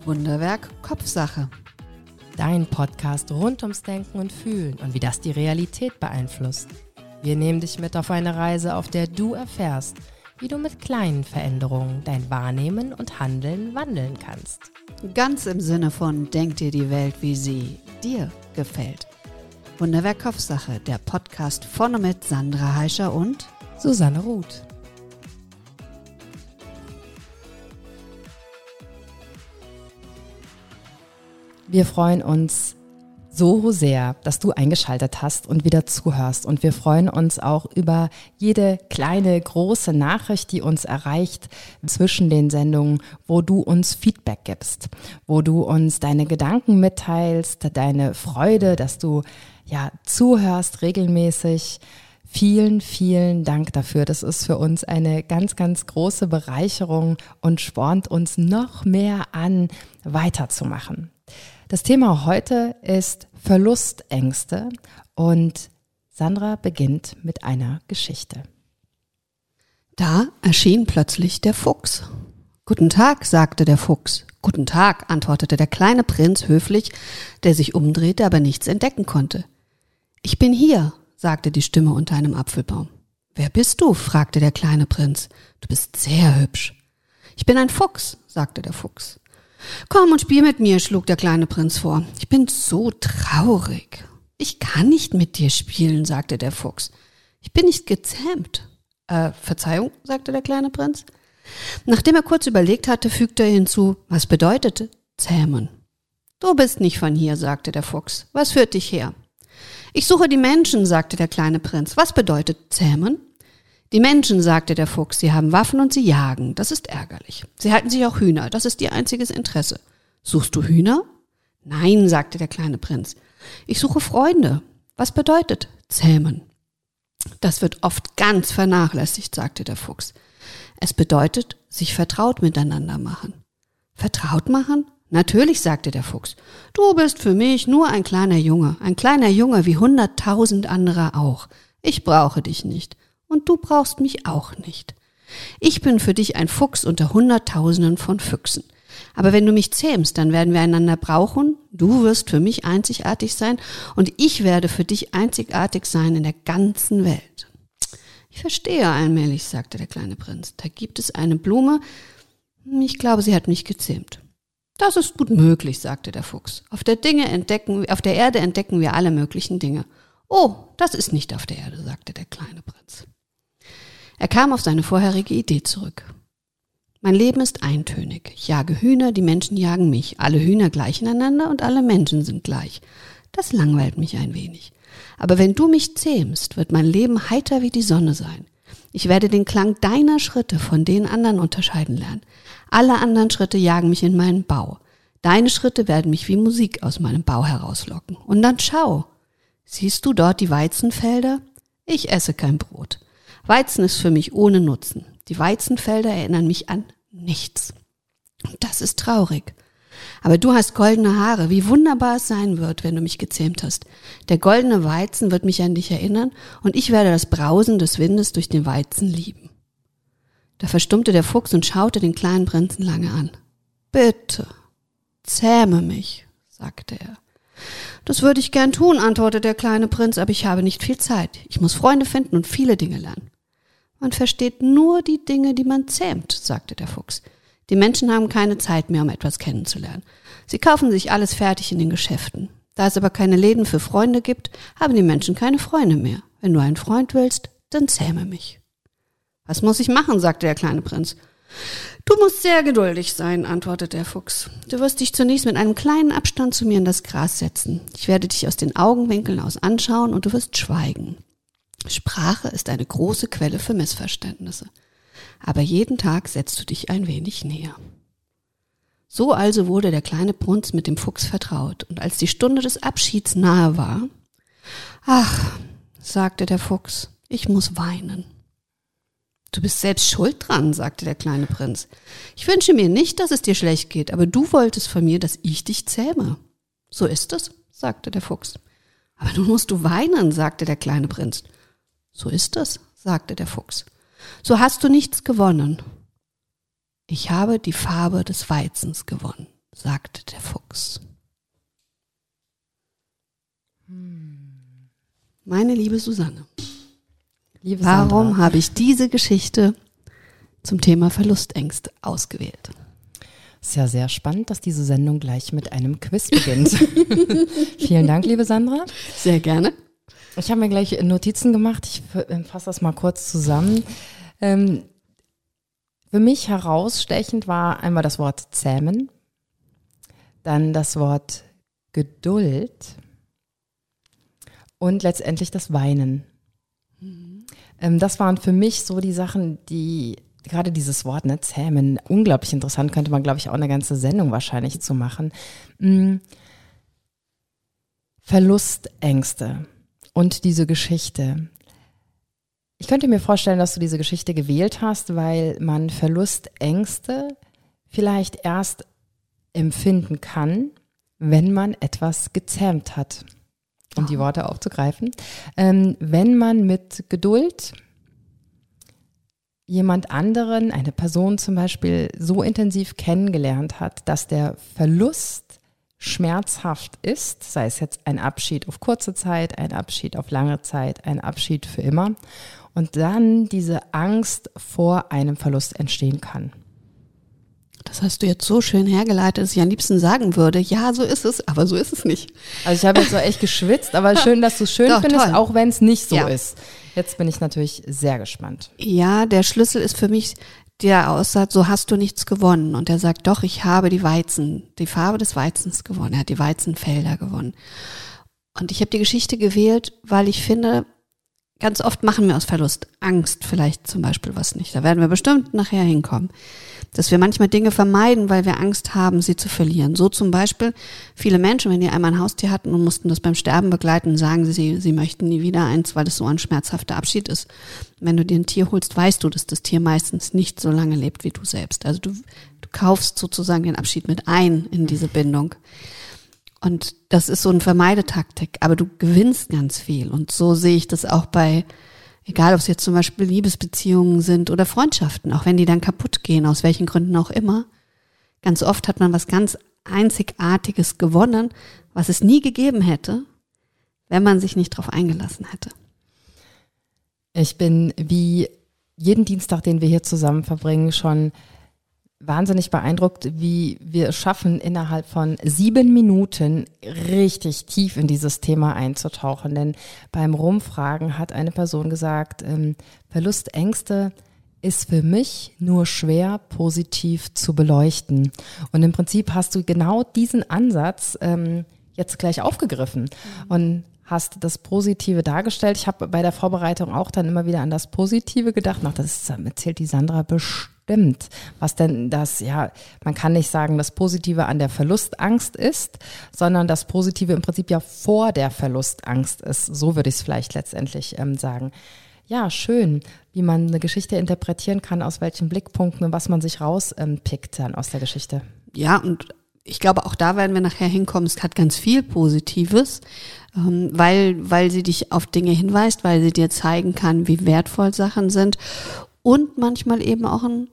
Wunderwerk Kopfsache. Dein Podcast rund ums Denken und Fühlen und wie das die Realität beeinflusst. Wir nehmen dich mit auf eine Reise, auf der du erfährst, wie du mit kleinen Veränderungen dein Wahrnehmen und Handeln wandeln kannst. Ganz im Sinne von denk dir die Welt, wie sie dir gefällt. Wunderwerk Kopfsache, der Podcast von und mit Sandra Heischer und Susanne Ruth. Wir freuen uns so sehr, dass du eingeschaltet hast und wieder zuhörst. Und wir freuen uns auch über jede kleine, große Nachricht, die uns erreicht zwischen den Sendungen, wo du uns Feedback gibst, wo du uns deine Gedanken mitteilst, deine Freude, dass du zuhörst regelmäßig. Vielen, vielen Dank dafür. Das ist für uns eine ganz, ganz große Bereicherung und spornt uns noch mehr an, weiterzumachen. Das Thema heute ist Verlustängste und Sandra beginnt mit einer Geschichte. Da erschien plötzlich der Fuchs. »Guten Tag«, sagte der Fuchs. »Guten Tag«, antwortete der kleine Prinz höflich, der sich umdrehte, aber nichts entdecken konnte. »Ich bin hier«, sagte die Stimme unter einem Apfelbaum. »Wer bist du?«, fragte der kleine Prinz. »Du bist sehr hübsch.« »Ich bin ein Fuchs«, sagte der Fuchs. »Komm und spiel mit mir«, schlug der kleine Prinz vor. »Ich bin so traurig.« »Ich kann nicht mit dir spielen«, sagte der Fuchs. »Ich bin nicht gezähmt.« Verzeihung«, sagte der kleine Prinz. Nachdem er kurz überlegt hatte, fügte er hinzu, was bedeutet zähmen? »Du bist nicht von hier«, sagte der Fuchs. »Was führt dich her?« »Ich suche die Menschen«, sagte der kleine Prinz. »Was bedeutet zähmen?« »Die Menschen«, sagte der Fuchs, »sie haben Waffen und sie jagen. Das ist ärgerlich. Sie halten sich auch Hühner. Das ist ihr einziges Interesse.« »Suchst du Hühner?« »Nein«, sagte der kleine Prinz. »Ich suche Freunde. Was bedeutet zähmen?« »Das wird oft ganz vernachlässigt«, sagte der Fuchs. »Es bedeutet, sich vertraut miteinander machen.« »Vertraut machen?« »Natürlich«, sagte der Fuchs. »Du bist für mich nur ein kleiner Junge wie 100.000 andere auch. Ich brauche dich nicht. Und du brauchst mich auch nicht. Ich bin für dich ein Fuchs unter Hunderttausenden von Füchsen. Aber wenn du mich zähmst, dann werden wir einander brauchen. Du wirst für mich einzigartig sein und ich werde für dich einzigartig sein in der ganzen Welt.« »Ich verstehe allmählich«, sagte der kleine Prinz. »Da gibt es eine Blume. Ich glaube, sie hat mich gezähmt.« »Das ist gut möglich«, sagte der Fuchs. Auf der Erde entdecken wir alle möglichen Dinge.« »Oh, das ist nicht auf der Erde«, sagte der kleine Prinz. Er kam auf seine vorherige Idee zurück. »Mein Leben ist eintönig. Ich jage Hühner, die Menschen jagen mich. Alle Hühner gleichen einander und alle Menschen sind gleich. Das langweilt mich ein wenig. Aber wenn du mich zähmst, wird mein Leben heiter wie die Sonne sein. Ich werde den Klang deiner Schritte von den anderen unterscheiden lernen. Alle anderen Schritte jagen mich in meinen Bau. Deine Schritte werden mich wie Musik aus meinem Bau herauslocken. Und dann schau. Siehst du dort die Weizenfelder? Ich esse kein Brot. Weizen ist für mich ohne Nutzen. Die Weizenfelder erinnern mich an nichts. Und das ist traurig. Aber du hast goldene Haare. Wie wunderbar es sein wird, wenn du mich gezähmt hast. Der goldene Weizen wird mich an dich erinnern und ich werde das Brausen des Windes durch den Weizen lieben. Da verstummte der Fuchs und schaute den kleinen Prinzen lange an. »Bitte, zähme mich«, sagte er. »Das würde ich gern tun«, antwortete der kleine Prinz, »aber ich habe nicht viel Zeit. Ich muss Freunde finden und viele Dinge lernen.« »Man versteht nur die Dinge, die man zähmt«, sagte der Fuchs. »Die Menschen haben keine Zeit mehr, um etwas kennenzulernen. Sie kaufen sich alles fertig in den Geschäften. Da es aber keine Läden für Freunde gibt, haben die Menschen keine Freunde mehr. Wenn du einen Freund willst, dann zähme mich.« »Was muss ich machen?«, sagte der kleine Prinz. »Du musst sehr geduldig sein«, antwortete der Fuchs. »Du wirst dich zunächst mit einem kleinen Abstand zu mir in das Gras setzen. Ich werde dich aus den Augenwinkeln aus anschauen und du wirst schweigen. Sprache ist eine große Quelle für Missverständnisse. Aber jeden Tag setzt du dich ein wenig näher.« So also wurde der kleine Prinz mit dem Fuchs vertraut. Und als die Stunde des Abschieds nahe war, »Ach«, sagte der Fuchs, »ich muss weinen.« »Du bist selbst schuld dran«, sagte der kleine Prinz. »Ich wünsche mir nicht, dass es dir schlecht geht, aber du wolltest von mir, dass ich dich zähme.« »So ist es«, sagte der Fuchs. »Aber nun musst du weinen«, sagte der kleine Prinz. »So ist es«, sagte der Fuchs. »So hast du nichts gewonnen.« »Ich habe die Farbe des Weizens gewonnen«, sagte der Fuchs. Meine liebe Susanne, warum habe ich diese Geschichte zum Thema Verlustängste ausgewählt? Ist ja sehr spannend, dass diese Sendung gleich mit einem Quiz beginnt. Vielen Dank, liebe Sandra. Sehr gerne. Ich habe mir gleich Notizen gemacht. Ich fasse das mal kurz zusammen. Für mich herausstechend war einmal das Wort zähmen, dann das Wort Geduld und letztendlich das Weinen. Das waren für mich so die Sachen, die, gerade dieses Wort, ne, zähmen, unglaublich interessant, könnte man, glaube ich, auch eine ganze Sendung wahrscheinlich zu machen. Verlustängste und diese Geschichte. Ich könnte mir vorstellen, dass du diese Geschichte gewählt hast, weil man Verlustängste vielleicht erst empfinden kann, wenn man etwas gezähmt hat, um die Worte aufzugreifen. Wenn man mit Geduld jemand anderen, eine Person zum Beispiel, so intensiv kennengelernt hat, dass der Verlust schmerzhaft ist, sei es jetzt ein Abschied auf kurze Zeit, ein Abschied auf lange Zeit, ein Abschied für immer, und dann diese Angst vor einem Verlust entstehen kann. Das hast du jetzt so schön hergeleitet, dass ich am liebsten sagen würde, ja, so ist es, aber so ist es nicht. Also ich habe jetzt so echt geschwitzt, aber schön, dass du es schön findest, toll. Auch wenn es nicht so ist. Jetzt bin ich natürlich sehr gespannt. Ja, der Schlüssel ist für mich, der aussagt, so hast du nichts gewonnen. Und er sagt, doch, ich habe die Farbe des Weizens gewonnen. Er hat die Weizenfelder gewonnen. Und ich habe die Geschichte gewählt, weil ich finde, ganz oft machen wir aus Verlust Angst vielleicht zum Beispiel was nicht. Da werden wir bestimmt nachher hinkommen. Dass wir manchmal Dinge vermeiden, weil wir Angst haben, sie zu verlieren. So zum Beispiel viele Menschen, wenn die einmal ein Haustier hatten und mussten das beim Sterben begleiten, sagen sie möchten nie wieder eins, weil es so ein schmerzhafter Abschied ist. Wenn du dir ein Tier holst, weißt du, dass das Tier meistens nicht so lange lebt wie du selbst. Also du kaufst sozusagen den Abschied mit ein in diese Bindung. Und das ist so eine Vermeidetaktik, aber du gewinnst ganz viel. Und so sehe ich das auch bei, egal ob es jetzt zum Beispiel Liebesbeziehungen sind oder Freundschaften, auch wenn die dann kaputt gehen, aus welchen Gründen auch immer. Ganz oft hat man was ganz Einzigartiges gewonnen, was es nie gegeben hätte, wenn man sich nicht drauf eingelassen hätte. Ich bin wie jeden Dienstag, den wir hier zusammen verbringen, schon wahnsinnig beeindruckt, wie wir es schaffen, innerhalb von 7 Minuten richtig tief in dieses Thema einzutauchen. Denn beim Rumfragen hat eine Person gesagt, Verlustängste ist für mich nur schwer positiv zu beleuchten. Und im Prinzip hast du genau diesen Ansatz jetzt gleich aufgegriffen und hast das Positive dargestellt. Ich habe bei der Vorbereitung auch dann immer wieder an das Positive gedacht. Das erzählt die Sandra bestimmt. Was denn das, ja, man kann nicht sagen, das Positive an der Verlustangst ist, sondern das Positive im Prinzip ja vor der Verlustangst ist. So würde ich es vielleicht letztendlich sagen. Ja, schön, wie man eine Geschichte interpretieren kann, aus welchen Blickpunkten und was man sich rauspickt dann aus der Geschichte. Ja, und ich glaube, auch da werden wir nachher hinkommen. Es hat ganz viel Positives, weil sie dich auf Dinge hinweist, weil sie dir zeigen kann, wie wertvoll Sachen sind und manchmal eben auch ein,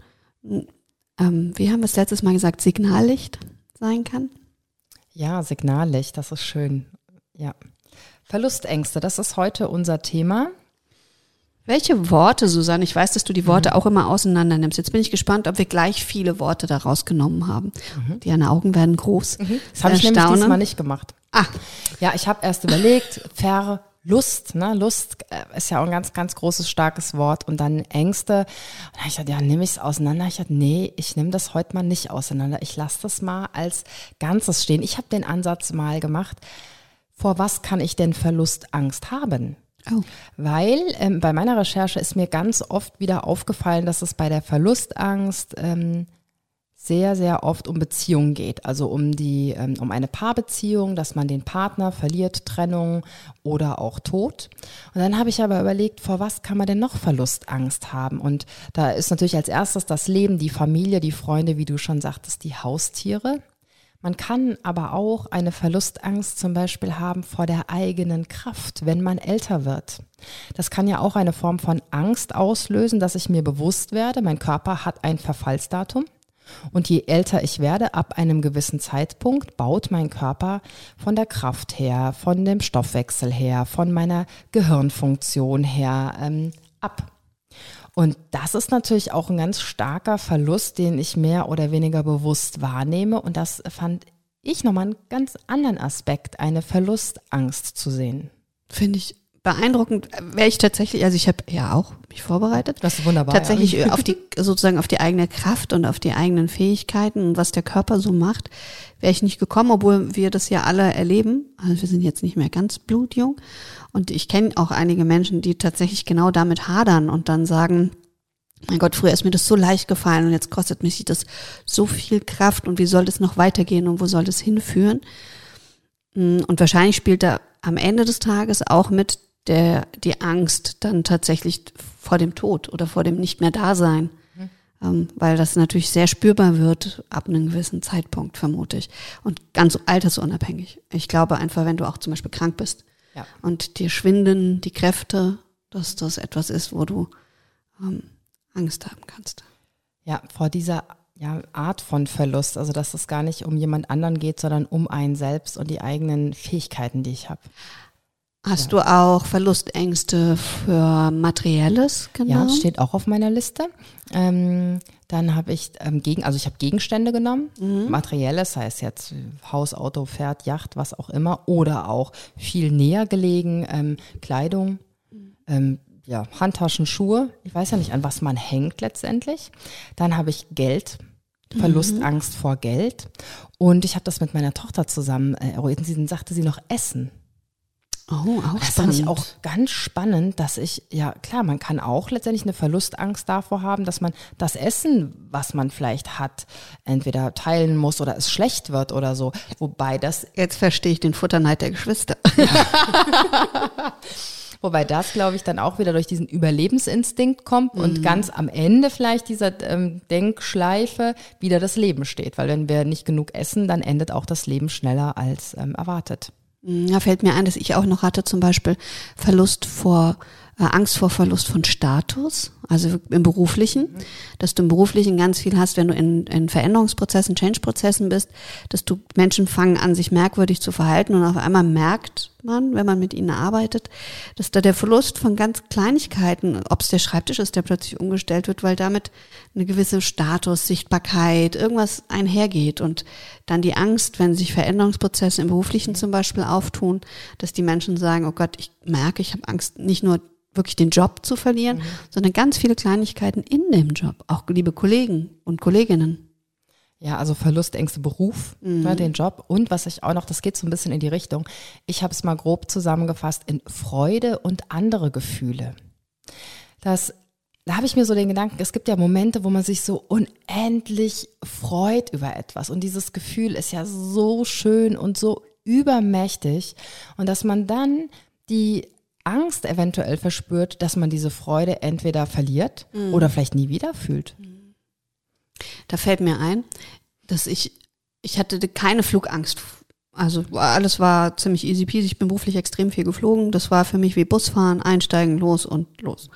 wie haben wir es letztes Mal gesagt, Signallicht sein kann. Ja, Signallicht, das ist schön. Ja. Verlustängste, das ist heute unser Thema. Welche Worte, Susanne, ich weiß, dass du die Worte auch immer auseinander nimmst. Jetzt bin ich gespannt, ob wir gleich viele Worte da rausgenommen haben. Deine Augen werden groß. Das habe ich nämlich diesmal nicht gemacht. Ah. Ja, ich habe erst überlegt, Verlust, ne? Lust ist ja auch ein ganz, ganz großes, starkes Wort. Und dann Ängste. Und dann habe ich gedacht, ja, nehme ich es auseinander? Ich dachte, nee, ich nehme das heute mal nicht auseinander. Ich lasse das mal als Ganzes stehen. Ich habe den Ansatz mal gemacht, vor was kann ich denn Verlustangst haben? Oh. Weil bei meiner Recherche ist mir ganz oft wieder aufgefallen, dass es bei der Verlustangst sehr, sehr oft um Beziehungen geht. Also um eine Paarbeziehung, dass man den Partner verliert, Trennung oder auch Tod. Und dann habe ich aber überlegt, vor was kann man denn noch Verlustangst haben? Und da ist natürlich als erstes das Leben, die Familie, die Freunde, wie du schon sagtest, die Haustiere. Man kann aber auch eine Verlustangst zum Beispiel haben vor der eigenen Kraft, wenn man älter wird. Das kann ja auch eine Form von Angst auslösen, dass ich mir bewusst werde, mein Körper hat ein Verfallsdatum Und je älter ich werde, ab einem gewissen Zeitpunkt baut mein Körper von der Kraft her, von dem Stoffwechsel her, von meiner Gehirnfunktion her ab. Und das ist natürlich auch ein ganz starker Verlust, den ich mehr oder weniger bewusst wahrnehme. Und das fand ich nochmal einen ganz anderen Aspekt, eine Verlustangst zu sehen. Finde ich beeindruckend. Wäre ich tatsächlich, also ich habe ja auch mich vorbereitet. Das ist wunderbar. Tatsächlich ja. sozusagen auf die eigene Kraft und auf die eigenen Fähigkeiten und was der Körper so macht, wäre ich nicht gekommen, obwohl wir das ja alle erleben. Also wir sind jetzt nicht mehr ganz blutjung. Und ich kenne auch einige Menschen, die tatsächlich genau damit hadern und dann sagen, mein Gott, früher ist mir das so leicht gefallen und jetzt kostet mich das so viel Kraft und wie soll das noch weitergehen und wo soll das hinführen? Und wahrscheinlich spielt da am Ende des Tages auch mit die Angst dann tatsächlich vor dem Tod oder vor dem Nicht-mehr-Dasein, weil das natürlich sehr spürbar wird ab einem gewissen Zeitpunkt, vermute ich. Und ganz altersunabhängig. Ich glaube einfach, wenn du auch zum Beispiel krank bist und dir schwinden die Kräfte, dass das etwas ist, wo du Angst haben kannst. Ja, vor dieser Art von Verlust, also dass es gar nicht um jemand anderen geht, sondern um einen selbst und die eigenen Fähigkeiten, die ich habe. Hast du auch Verlustängste für Materielles? Genau. Ja, das steht auch auf meiner Liste. Dann habe ich ich habe Gegenstände genommen, Materielles, heißt jetzt Haus, Auto, Pferd, Yacht, was auch immer, oder auch viel näher gelegen, Kleidung, Handtaschen, Schuhe. Ich weiß ja nicht, an was man hängt letztendlich. Dann habe ich Geld. Verlustangst vor Geld. Und ich habe das mit meiner Tochter zusammen eruiert. Dann sagte sie noch Essen. Oh, auch das spannend. fand ich auch ganz spannend, dass man kann auch letztendlich eine Verlustangst davor haben, dass man das Essen, was man vielleicht hat, entweder teilen muss oder es schlecht wird oder so. Wobei das... Jetzt verstehe ich den Futterneid der Geschwister. Wobei das, glaube ich, dann auch wieder durch diesen Überlebensinstinkt kommt und ganz am Ende vielleicht dieser Denkschleife wieder das Leben steht. Weil wenn wir nicht genug essen, dann endet auch das Leben schneller als erwartet. Da fällt mir ein, dass ich auch noch hatte zum Beispiel Angst vor Verlust von Status, also im Beruflichen, dass du im Beruflichen ganz viel hast, wenn du in Veränderungsprozessen, Change-Prozessen bist, dass du Menschen fangen an, sich merkwürdig zu verhalten und auf einmal merkt man, wenn man mit ihnen arbeitet, dass da der Verlust von ganz Kleinigkeiten, ob es der Schreibtisch ist, der plötzlich umgestellt wird, weil damit eine gewisse Status, Sichtbarkeit, irgendwas einhergeht und dann die Angst, wenn sich Veränderungsprozesse im Beruflichen zum Beispiel auftun, dass die Menschen sagen, oh Gott, ich merke, ich habe Angst, nicht nur wirklich den Job zu verlieren, sondern ganz viele Kleinigkeiten in dem Job, auch liebe Kollegen und Kolleginnen. Ja, also Verlustängste, Beruf, den Job und was ich auch noch, das geht so ein bisschen in die Richtung, ich habe es mal grob zusammengefasst in Freude und andere Gefühle. Da habe ich mir so den Gedanken, es gibt ja Momente, wo man sich so unendlich freut über etwas und dieses Gefühl ist ja so schön und so übermächtig und dass man dann die Angst eventuell verspürt, dass man diese Freude entweder verliert oder vielleicht nie wieder fühlt. Da fällt mir ein, dass ich hatte keine Flugangst. Also alles war ziemlich easy peasy. Ich bin beruflich extrem viel geflogen. Das war für mich wie Busfahren, einsteigen, los und los.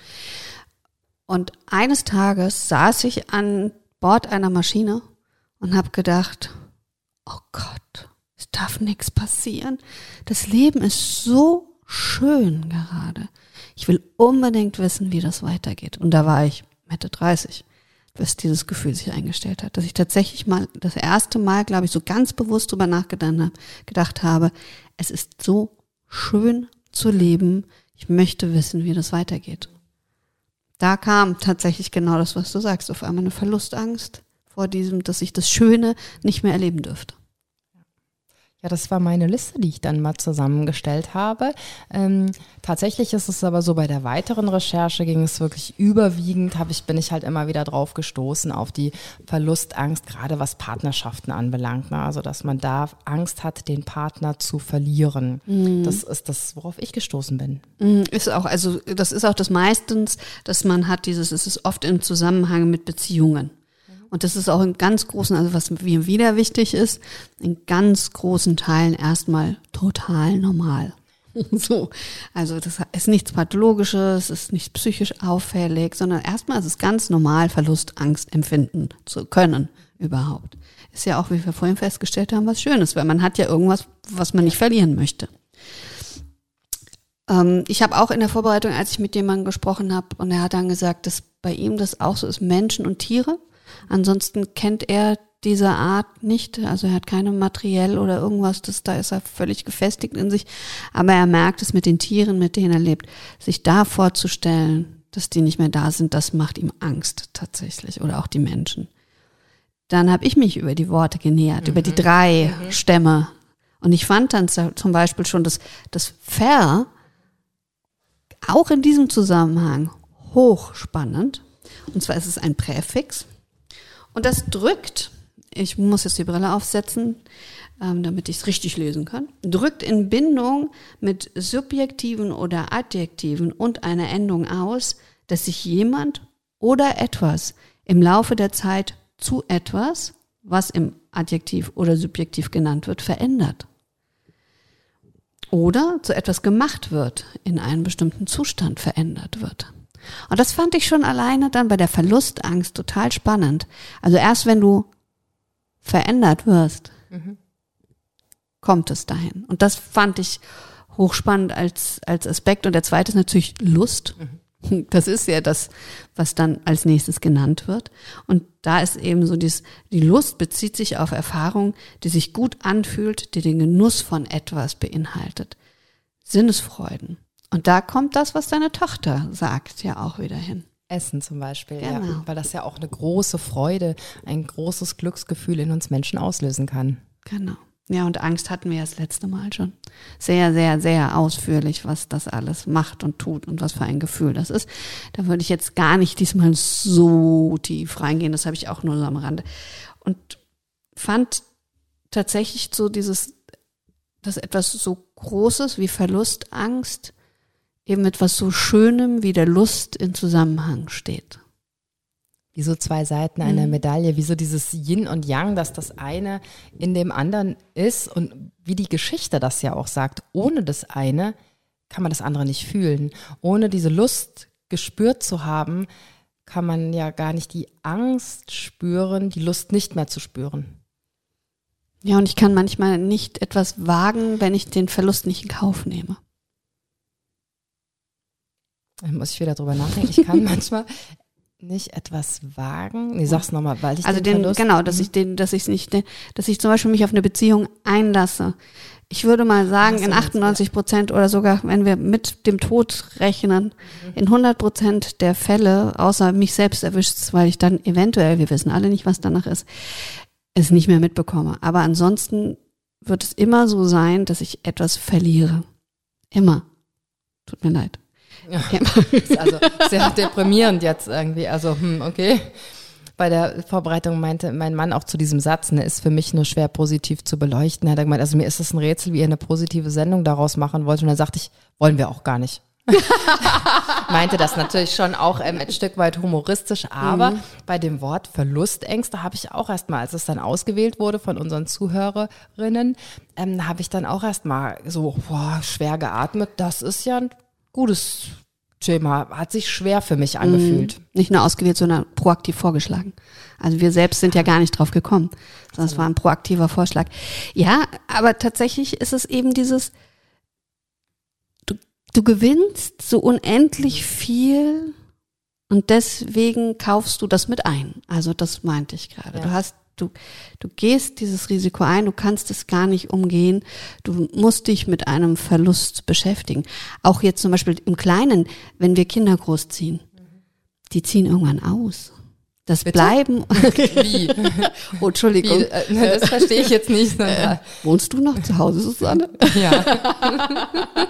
Und eines Tages saß ich an Bord einer Maschine und habe gedacht, oh Gott, es darf nichts passieren. Das Leben ist so schön gerade. Ich will unbedingt wissen, wie das weitergeht. Und da war ich Mitte 30, bis dieses Gefühl sich eingestellt hat. Dass ich tatsächlich mal das erste Mal, glaube ich, so ganz bewusst drüber gedacht habe, es ist so schön zu leben. Ich möchte wissen, wie das weitergeht. Da kam tatsächlich genau das, was du sagst, auf einmal eine Verlustangst vor diesem, dass ich das Schöne nicht mehr erleben dürfte. Ja, das war meine Liste, die ich dann mal zusammengestellt habe. Tatsächlich ist es aber so, bei der weiteren Recherche ging es wirklich überwiegend, bin ich halt immer wieder drauf gestoßen auf die Verlustangst, gerade was Partnerschaften anbelangt. Ne? Also, dass man da Angst hat, den Partner zu verlieren. Das ist das, worauf ich gestoßen bin. Ist auch, also das ist auch das meistens, dass man hat es ist oft im Zusammenhang mit Beziehungen. Und das ist auch in ganz großen, also was mir wieder wichtig ist, in ganz großen Teilen erstmal total normal. So, also das ist nichts Pathologisches, es ist nicht psychisch auffällig, sondern erstmal ist es ganz normal, Verlust, Angst empfinden zu können überhaupt. Ist ja auch, wie wir vorhin festgestellt haben, was Schönes, weil man hat ja irgendwas, was man nicht verlieren möchte. Ich habe auch in der Vorbereitung, als ich mit jemandem gesprochen habe, und er hat dann gesagt, dass bei ihm das auch so ist, Menschen und Tiere. Ansonsten kennt er diese Art nicht, also er hat keine materiell oder irgendwas, da ist er völlig gefestigt in sich, aber er merkt es mit den Tieren, mit denen er lebt, sich da vorzustellen, dass die nicht mehr da sind, das macht ihm Angst tatsächlich, oder auch die Menschen. Dann habe ich mich über die Worte genähert, über die 3 Stämme, und ich fand dann zum Beispiel schon das Ver auch in diesem Zusammenhang hochspannend. Und zwar ist es ein Präfix. Und das drückt, ich muss jetzt die Brille aufsetzen, damit ich es richtig lesen kann, drückt in Bindung mit Subjektiven oder Adjektiven und einer Endung aus, dass sich jemand oder etwas im Laufe der Zeit zu etwas, was im Adjektiv oder Subjektiv genannt wird, verändert. Oder zu etwas gemacht wird, in einen bestimmten Zustand verändert wird. Und das fand ich schon alleine dann bei der Verlustangst total spannend. Also erst wenn du verändert wirst, kommt es dahin. Und das fand ich hochspannend als Aspekt. Und der zweite ist natürlich Lust. Das ist ja das, was dann als nächstes genannt wird. Und da ist eben so die Lust bezieht sich auf Erfahrung, die sich gut anfühlt, die den Genuss von etwas beinhaltet. Sinnesfreuden. Und da kommt das, was deine Tochter sagt, ja auch wieder hin. Essen zum Beispiel, Genau. ja, weil das ja auch eine große Freude, ein großes Glücksgefühl in uns Menschen auslösen kann. Genau. Ja, und Angst hatten wir das letzte Mal schon. Sehr, sehr, sehr ausführlich, was das alles macht und tut und was für ein Gefühl das ist. Da würde ich jetzt gar nicht diesmal so tief reingehen, das habe ich auch nur so am Rande. Und fand tatsächlich so dass etwas so Großes wie Verlustangst eben mit was so Schönem wie der Lust in Zusammenhang steht. Wie so 2 Seiten einer Medaille, wie so dieses Yin und Yang, dass das eine in dem anderen ist und wie die Geschichte das ja auch sagt, ohne das eine kann man das andere nicht fühlen. Ohne diese Lust gespürt zu haben, kann man ja gar nicht die Angst spüren, die Lust nicht mehr zu spüren. Ja, und ich kann manchmal nicht etwas wagen, wenn ich den Verlust nicht in Kauf nehme. Da muss ich wieder drüber nachdenken. Ich kann manchmal nicht etwas wagen. Nee, sag's nochmal, weil ich dass ich zum Beispiel mich auf eine Beziehung einlasse. Ich würde mal sagen, in 98% oder sogar, wenn wir mit dem Tod rechnen, in 100% der Fälle, außer mich selbst erwischt, weil ich dann eventuell, wir wissen alle nicht, was danach ist, es nicht mehr mitbekomme. Aber ansonsten wird es immer so sein, dass ich etwas verliere. Immer. Tut mir leid. Ja, ist also sehr deprimierend jetzt irgendwie. Also, okay. Bei der Vorbereitung meinte mein Mann auch zu diesem Satz, ist für mich nur schwer positiv zu beleuchten. Er hat gemeint, also mir ist es ein Rätsel, wie ihr eine positive Sendung daraus machen wollt. Und dann sagte ich, wollen wir auch gar nicht. Meinte das natürlich schon auch ein Stück weit humoristisch, aber bei dem Wort Verlustängste habe ich auch erstmal, als es dann ausgewählt wurde von unseren Zuhörerinnen, habe ich dann auch erstmal so schwer geatmet. Das ist ja ein gutes Thema, hat sich schwer für mich angefühlt. Nicht nur ausgewählt, sondern proaktiv vorgeschlagen. Also wir selbst sind ja gar nicht drauf gekommen, sondern es war ein proaktiver Vorschlag. Ja, aber tatsächlich ist es eben dieses, du gewinnst so unendlich viel und deswegen kaufst du das mit ein. Also das meinte ich gerade. Ja. Du gehst dieses Risiko ein, du kannst es gar nicht umgehen, du musst dich mit einem Verlust beschäftigen. Auch jetzt zum Beispiel im Kleinen, wenn wir Kinder großziehen, die ziehen irgendwann aus. Das Bitte? Bleiben. Wie? Oh, Entschuldigung. Wie? Das verstehe ich jetzt nicht. Wohnst du noch zu Hause, Susanne? Ja.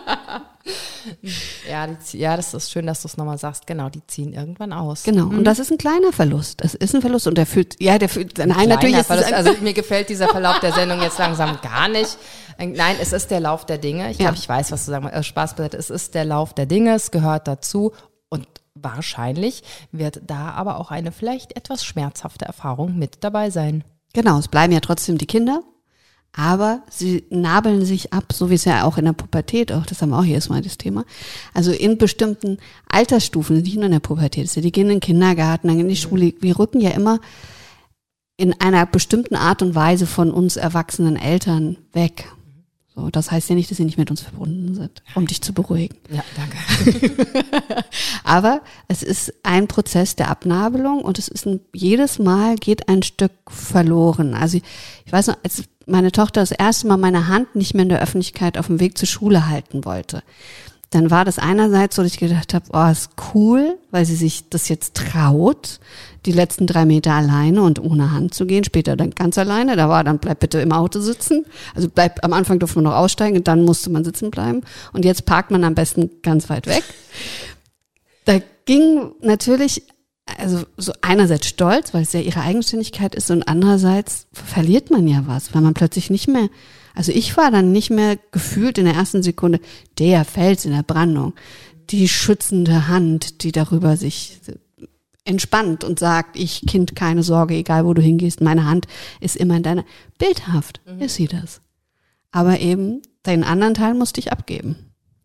Ja, das ist schön, dass du es nochmal sagst. Genau, die ziehen irgendwann aus. Genau, und das ist ein kleiner Verlust. Das ist ein Verlust und nein, natürlich ist Verlust. Also mir gefällt dieser Verlauf der Sendung jetzt langsam gar nicht. Nein, es ist der Lauf der Dinge. Ich glaube, ich weiß, was du sagen willst. Spaß beiseite. Es ist der Lauf der Dinge, es gehört dazu und wahrscheinlich wird da aber auch eine vielleicht etwas schmerzhafte Erfahrung mit dabei sein. Genau, es bleiben ja trotzdem die Kinder. Aber sie nabeln sich ab, so wie es ja auch in der Pubertät, auch das haben wir auch jedes Mal das Thema. Also in bestimmten Altersstufen, nicht nur in der Pubertät, die gehen in den Kindergarten, dann in die Schule. Wir rücken ja immer in einer bestimmten Art und Weise von uns erwachsenen Eltern weg. So, das heißt ja nicht, dass sie nicht mit uns verbunden sind, um dich zu beruhigen. Ja, danke. Aber es ist ein Prozess der Abnabelung und es ist jedes Mal geht ein Stück verloren. Also ich weiß noch, als meine Tochter das erste Mal meine Hand nicht mehr in der Öffentlichkeit auf dem Weg zur Schule halten wollte, dann war das einerseits so, dass ich gedacht habe, oh, ist cool, weil sie sich das jetzt traut, die letzten 3 Meter alleine und ohne Hand zu gehen, später dann ganz alleine. Da war dann, bleib bitte im Auto sitzen. Also am Anfang durfte man noch aussteigen und dann musste man sitzen bleiben. Und jetzt parkt man am besten ganz weit weg. Da ging natürlich, also so einerseits stolz, weil es ja ihre Eigenständigkeit ist und andererseits verliert man ja was, weil man plötzlich nicht mehr, also ich war dann nicht mehr gefühlt in der ersten Sekunde der Fels in der Brandung, die schützende Hand, die darüber sich entspannt und sagt, ich Kind, keine Sorge, egal wo du hingehst, meine Hand ist immer in deiner, bildhaft ist sie das. Aber eben, den anderen Teil musste ich abgeben.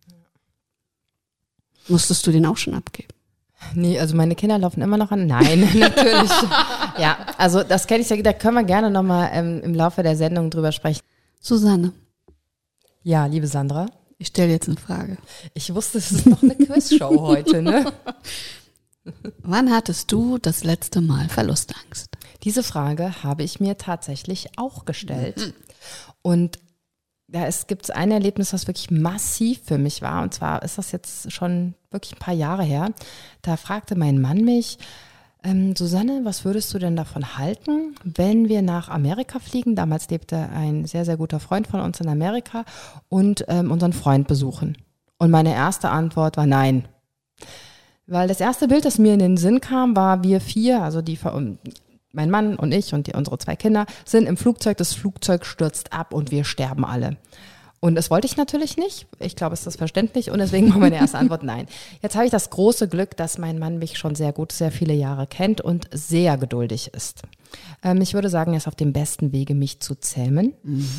Musstest du den auch schon abgeben? Nee, also meine Kinder laufen immer noch an. Nein, natürlich. Ja, also das kenne ich ja, da können wir gerne nochmal im Laufe der Sendung drüber sprechen. Susanne. Ja, liebe Sandra. Ich stelle jetzt eine Frage. Ich wusste, es ist noch eine Quizshow heute, ne? Wann hattest du das letzte Mal Verlustangst? Diese Frage habe ich mir tatsächlich auch gestellt. Und ja, es gibt ein Erlebnis, was wirklich massiv für mich war. Und zwar ist das jetzt schon wirklich ein paar Jahre her. Da fragte mein Mann mich, Susanne, was würdest du denn davon halten, wenn wir nach Amerika fliegen? Damals lebte ein sehr, sehr guter Freund von uns in Amerika und unseren Freund besuchen. Und meine erste Antwort war nein. Weil das erste Bild, das mir in den Sinn kam, war wir 4, also mein Mann und ich und unsere 2 Kinder sind im Flugzeug, das Flugzeug stürzt ab und wir sterben alle. Und das wollte ich natürlich nicht. Ich glaube, es ist verständlich und deswegen war meine erste Antwort nein. Jetzt habe ich das große Glück, dass mein Mann mich schon sehr gut, sehr viele Jahre kennt und sehr geduldig ist. Ich würde sagen, er ist auf dem besten Wege, mich zu zähmen.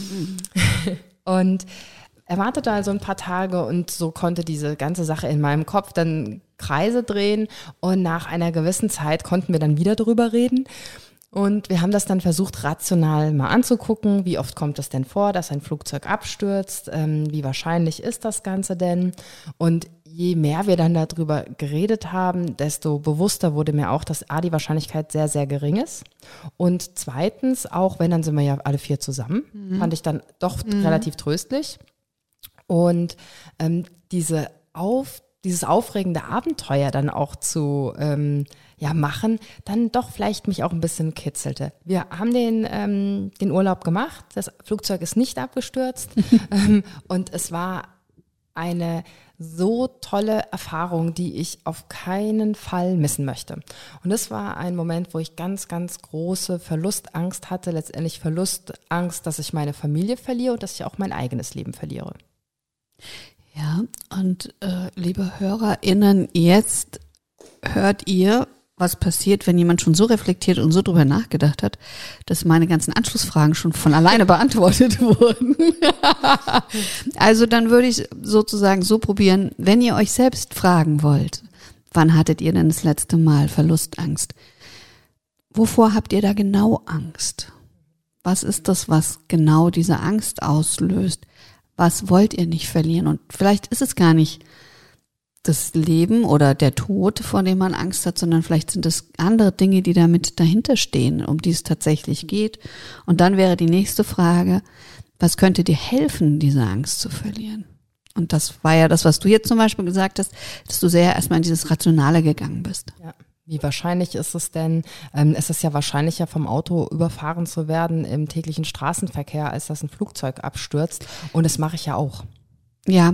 Und er wartete also ein paar Tage und so konnte diese ganze Sache in meinem Kopf dann Kreise drehen und nach einer gewissen Zeit konnten wir dann wieder drüber reden. Und wir haben das dann versucht, rational mal anzugucken, wie oft kommt es denn vor, dass ein Flugzeug abstürzt, wie wahrscheinlich ist das Ganze denn? Und je mehr wir dann darüber geredet haben, desto bewusster wurde mir auch, dass die Wahrscheinlichkeit sehr, sehr gering ist. Und zweitens, auch wenn, dann sind wir ja alle 4 zusammen, fand ich dann doch relativ tröstlich. Und dieses aufregende Abenteuer dann auch zu machen, dann doch vielleicht mich auch ein bisschen kitzelte. Wir haben den Urlaub gemacht, das Flugzeug ist nicht abgestürzt und es war eine so tolle Erfahrung, die ich auf keinen Fall missen möchte. Und das war ein Moment, wo ich ganz, ganz große Verlustangst hatte, letztendlich Verlustangst, dass ich meine Familie verliere und dass ich auch mein eigenes Leben verliere. Ja, und liebe HörerInnen, jetzt hört ihr, was passiert, wenn jemand schon so reflektiert und so drüber nachgedacht hat, dass meine ganzen Anschlussfragen schon von alleine beantwortet wurden. Also dann würde ich sozusagen so probieren, wenn ihr euch selbst fragen wollt, wann hattet ihr denn das letzte Mal Verlustangst? Wovor habt ihr da genau Angst? Was ist das, was genau diese Angst auslöst? Was wollt ihr nicht verlieren? Und vielleicht ist es gar nicht das Leben oder der Tod, vor dem man Angst hat, sondern vielleicht sind es andere Dinge, die damit dahinter stehen, um die es tatsächlich geht. Und dann wäre die nächste Frage, was könnte dir helfen, diese Angst zu verlieren? Und das war ja das, was du jetzt zum Beispiel gesagt hast, dass du sehr erstmal in dieses Rationale gegangen bist. Ja. Wie wahrscheinlich ist es denn? Es ist ja wahrscheinlicher, vom Auto überfahren zu werden im täglichen Straßenverkehr, als dass ein Flugzeug abstürzt. Und das mache ich ja auch. Ja,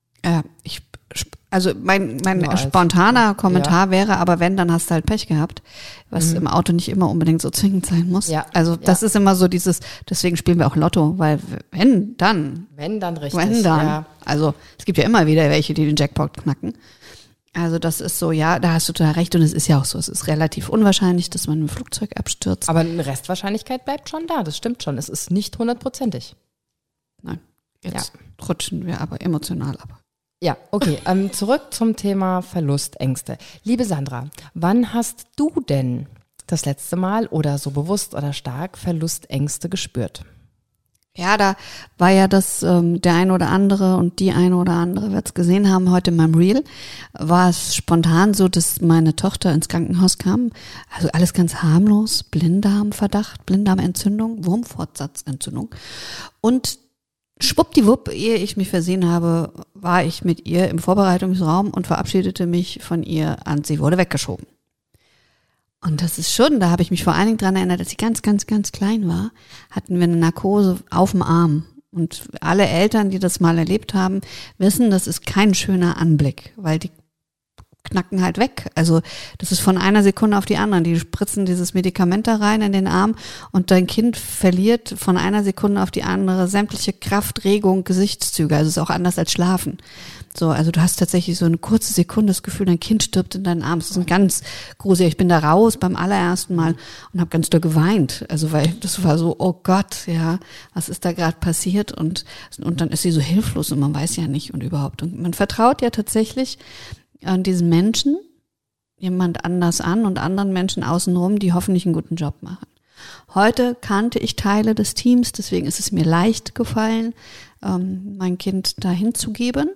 mein spontaner Kommentar wäre, aber wenn, dann hast du halt Pech gehabt, was im Auto nicht immer unbedingt so zwingend sein muss. Ja, also das ist immer so deswegen spielen wir auch Lotto, weil wenn, dann. Wenn, dann richtig. Wenn, dann. Ja. Also es gibt ja immer wieder welche, die den Jackpot knacken. Also das ist so, ja, da hast du total recht und es ist ja auch so, es ist relativ unwahrscheinlich, dass man ein Flugzeug abstürzt. Aber eine Restwahrscheinlichkeit bleibt schon da, das stimmt schon, es ist nicht 100%ig. Nein, jetzt rutschen wir aber emotional ab. Ja, okay, zurück zum Thema Verlustängste. Liebe Sandra, wann hast du denn das letzte Mal oder so bewusst oder stark Verlustängste gespürt? Ja, da war ja das, der ein oder andere und die eine oder andere wird es gesehen haben, heute in meinem Reel, war es spontan so, dass meine Tochter ins Krankenhaus kam. Also alles ganz harmlos, Blinddarmverdacht, Blinddarmentzündung, Wurmfortsatzentzündung. Und schwuppdiwupp, ehe ich mich versehen habe, war ich mit ihr im Vorbereitungsraum und verabschiedete mich von ihr und sie wurde weggeschoben. Und das ist schon, da habe ich mich vor allen Dingen dran erinnert, als sie ganz, ganz, ganz klein war, hatten wir eine Narkose auf dem Arm. Und alle Eltern, die das mal erlebt haben, wissen, das ist kein schöner Anblick, weil die knacken halt weg. Also das ist von einer Sekunde auf die andere. Die spritzen dieses Medikament da rein in den Arm und dein Kind verliert von einer Sekunde auf die andere sämtliche Kraft, Regung, Gesichtszüge. Also es ist auch anders als Schlafen. So, also du hast tatsächlich so eine kurze Sekunde das Gefühl, dein Kind stirbt in deinen Armen. Das ist ein ganz gruselig. Ich bin da raus beim allerersten Mal und habe ganz doll geweint. Also weil das war so, oh Gott, ja, was ist da gerade passiert? Und dann ist sie so hilflos und man weiß ja nicht und überhaupt. Und man vertraut ja tatsächlich an diesen Menschen, jemand anders an und anderen Menschen außenrum, die hoffentlich einen guten Job machen. Heute kannte ich Teile des Teams, deswegen ist es mir leicht gefallen, mein Kind dahin zu geben.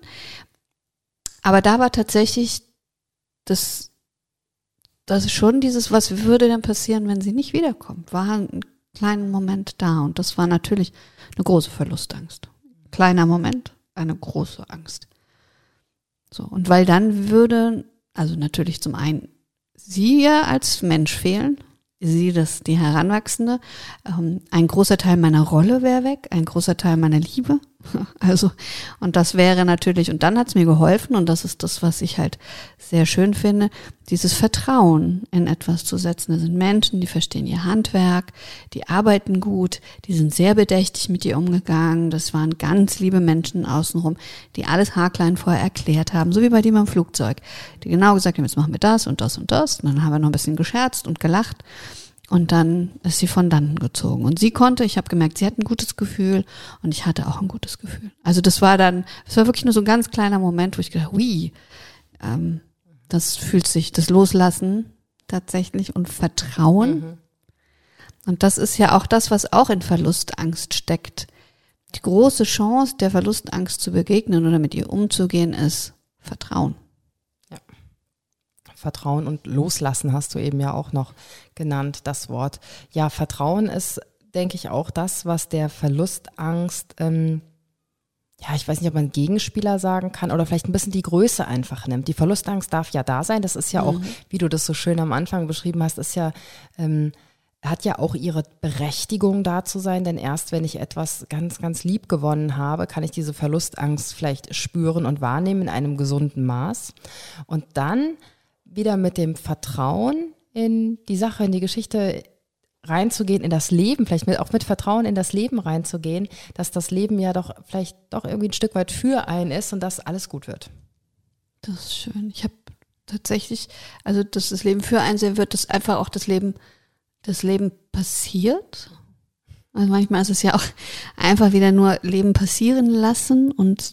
Aber da war tatsächlich das ist schon dieses, was würde denn passieren, wenn sie nicht wiederkommt, war ein kleiner Moment da. Und das war natürlich eine große Verlustangst. Kleiner Moment, eine große Angst. So, und weil dann würde, also natürlich zum einen sie ja als Mensch fehlen, sie, die Heranwachsende, ein großer Teil meiner Rolle wäre weg, ein großer Teil meiner Liebe, also, und das wäre natürlich, und dann hat's mir geholfen, und das ist das, was ich halt sehr schön finde, dieses Vertrauen in etwas zu setzen. Das sind Menschen, die verstehen ihr Handwerk, die arbeiten gut, die sind sehr bedächtig mit ihr umgegangen, das waren ganz liebe Menschen außenrum, die alles haarklein vorher erklärt haben, so wie bei dem am Flugzeug, die genau gesagt haben, jetzt machen wir das und das und das, und dann haben wir noch ein bisschen gescherzt und gelacht. Und dann ist sie von dannen gezogen. Und sie konnte, ich habe gemerkt, sie hat ein gutes Gefühl und ich hatte auch ein gutes Gefühl. Also das war wirklich nur so ein ganz kleiner Moment, wo ich gedacht, das fühlt sich, das Loslassen tatsächlich und Vertrauen. Mhm. Und das ist ja auch das, was auch in Verlustangst steckt. Die große Chance, der Verlustangst zu begegnen oder mit ihr umzugehen, ist Vertrauen. Vertrauen und Loslassen hast du eben ja auch noch genannt, das Wort. Ja, Vertrauen ist, denke ich, auch das, was der Verlustangst, ich weiß nicht, ob man Gegenspieler sagen kann oder vielleicht ein bisschen die Größe einfach nimmt. Die Verlustangst darf ja da sein. Das ist ja auch, wie du das so schön am Anfang beschrieben hast, ist ja, hat ja auch ihre Berechtigung da zu sein, denn erst wenn ich etwas ganz, ganz lieb gewonnen habe, kann ich diese Verlustangst vielleicht spüren und wahrnehmen in einem gesunden Maß. Und dann wieder mit dem Vertrauen in die Sache, in die Geschichte reinzugehen, in das Leben, vielleicht auch mit Vertrauen in das Leben reinzugehen, dass das Leben ja doch vielleicht doch irgendwie ein Stück weit für einen ist und dass alles gut wird. Das ist schön. Ich habe tatsächlich, also dass das Leben für einen sehr wird, dass einfach auch das Leben passiert. Also manchmal ist es ja auch einfach wieder nur Leben passieren lassen und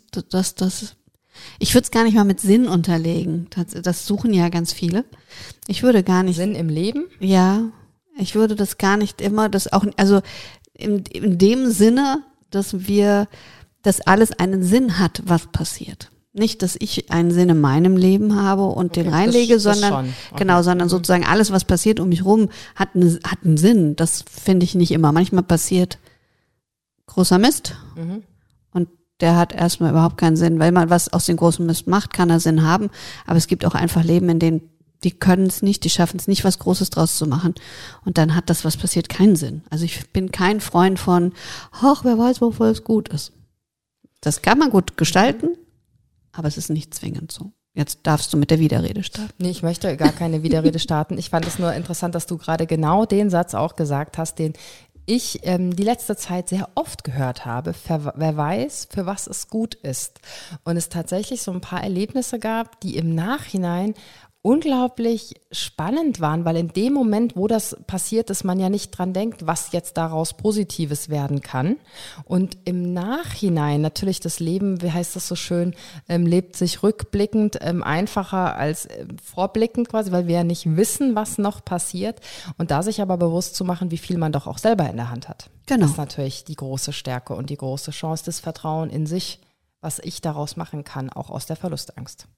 ich würde es gar nicht mal mit Sinn unterlegen. Das suchen ja ganz viele. Ich würde gar nicht. Sinn im Leben? Ja, ich würde das gar nicht immer, also in dem Sinne, dass alles einen Sinn hat, was passiert. Nicht, dass ich einen Sinn in meinem Leben habe und den reinlege, sondern sozusagen alles, was passiert um mich rum, hat einen Sinn. Das finde ich nicht immer. Manchmal passiert großer Mist. Mhm. Der hat erstmal überhaupt keinen Sinn. Weil man was aus dem großen Mist macht, kann er Sinn haben. Aber es gibt auch einfach Leben, in denen die können es nicht, die schaffen es nicht, was Großes draus zu machen. Und dann hat das, was passiert, keinen Sinn. Also ich bin kein Freund von, wer weiß, wofür es gut ist. Das kann man gut gestalten, aber es ist nicht zwingend so. Jetzt darfst du mit der Widerrede starten. Nee, ich möchte gar keine Widerrede starten. Ich fand es nur interessant, dass du gerade genau den Satz auch gesagt hast, den ich die letzte Zeit sehr oft gehört habe, wer weiß, für was es gut ist. Und es tatsächlich so ein paar Erlebnisse gab, die im Nachhinein unglaublich spannend waren, weil in dem Moment, wo das passiert ist, man ja nicht dran denkt, was jetzt daraus Positives werden kann. Und im Nachhinein natürlich das Leben, wie heißt das so schön, lebt sich rückblickend einfacher als vorblickend quasi, weil wir ja nicht wissen, was noch passiert. Und da sich aber bewusst zu machen, wie viel man doch auch selber in der Hand hat. Genau. Das ist natürlich die große Stärke und die große Chance, das Vertrauen in sich, was ich daraus machen kann, auch aus der Verlustangst.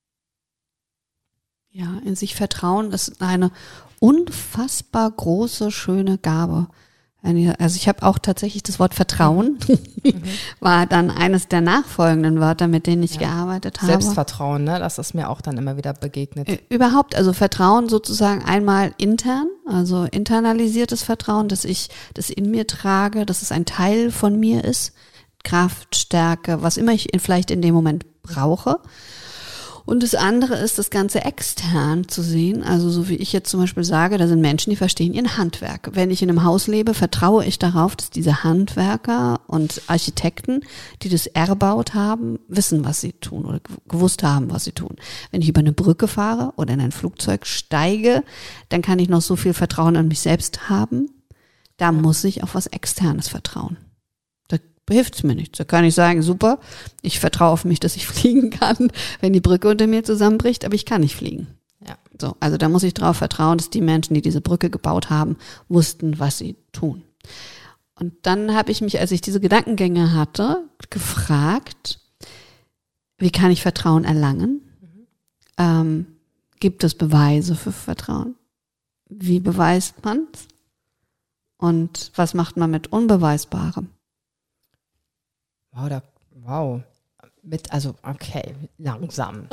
Ja, in sich vertrauen ist eine unfassbar große, schöne Gabe. Also ich habe auch tatsächlich das Wort Vertrauen, war dann eines der nachfolgenden Wörter, mit denen ich gearbeitet habe. Selbstvertrauen, ne? Das ist mir auch dann immer wieder begegnet. Überhaupt, also Vertrauen sozusagen einmal intern, also internalisiertes Vertrauen, dass ich das in mir trage, dass es ein Teil von mir ist, Kraft, Stärke, was immer ich vielleicht in dem Moment brauche. Und das andere ist, das Ganze extern zu sehen. Also so wie ich jetzt zum Beispiel sage, da sind Menschen, die verstehen ihr Handwerk. Wenn ich in einem Haus lebe, vertraue ich darauf, dass diese Handwerker und Architekten, die das erbaut haben, wissen, was sie tun oder gewusst haben, was sie tun. Wenn ich über eine Brücke fahre oder in ein Flugzeug steige, dann kann ich noch so viel Vertrauen an mich selbst haben. Da muss ich auf was Externes vertrauen. Hilft es mir nichts. Da kann ich sagen, super, ich vertraue auf mich, dass ich fliegen kann, wenn die Brücke unter mir zusammenbricht, aber ich kann nicht fliegen. Ja. So, also da muss ich darauf vertrauen, dass die Menschen, die diese Brücke gebaut haben, wussten, was sie tun. Und dann habe ich mich, als ich diese Gedankengänge hatte, gefragt, wie kann ich Vertrauen erlangen? Gibt es Beweise für Vertrauen? Wie beweist man es? Und was macht man mit Unbeweisbarem? Wow. Okay, langsam.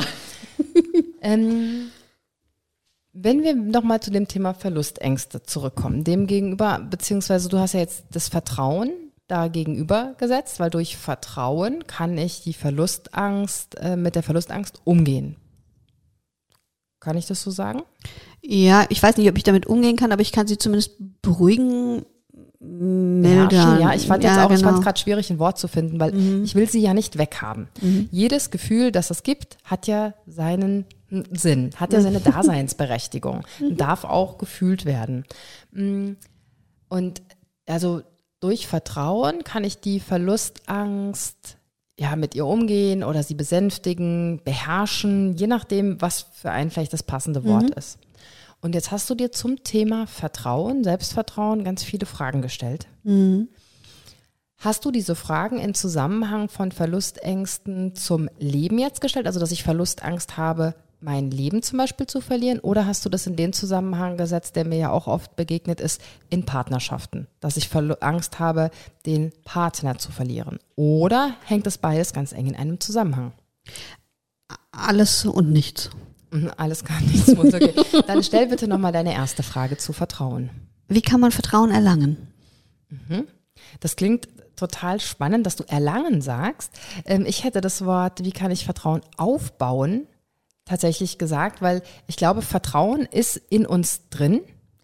Wenn wir nochmal zu dem Thema Verlustängste zurückkommen, dem gegenüber, beziehungsweise du hast ja jetzt das Vertrauen da gegenüber gesetzt, weil durch Vertrauen kann ich die Verlustangst, mit der Verlustangst umgehen. Kann ich das so sagen? Ja, ich weiß nicht, ob ich damit umgehen kann, aber ich kann sie zumindest beruhigen, mildern. Ja, ich fand es gerade schwierig, ein Wort zu finden, weil ich will sie ja nicht weghaben. Jedes Gefühl, das es gibt, hat ja seinen Sinn, hat ja seine Daseinsberechtigung und darf auch gefühlt werden. Und also durch Vertrauen kann ich die Verlustangst mit ihr umgehen oder sie besänftigen, beherrschen, je nachdem, was für einen vielleicht das passende Wort ist. Und jetzt hast du dir zum Thema Vertrauen, Selbstvertrauen ganz viele Fragen gestellt. Hast du diese Fragen in Zusammenhang von Verlustängsten zum Leben jetzt gestellt? Also, dass ich Verlustangst habe, mein Leben zum Beispiel zu verlieren? Oder hast du das in den Zusammenhang gesetzt, der mir ja auch oft begegnet ist, in Partnerschaften? Dass ich Angst habe, den Partner zu verlieren? Oder hängt das beides ganz eng in einem Zusammenhang? Alles und nichts. Alles gar nichts. Okay. Dann stell bitte nochmal deine erste Frage zu Vertrauen. Wie kann man Vertrauen erlangen? Das klingt total spannend, dass du erlangen sagst. Ich hätte das Wort, wie kann ich Vertrauen aufbauen, tatsächlich gesagt, weil ich glaube, Vertrauen ist in uns drin.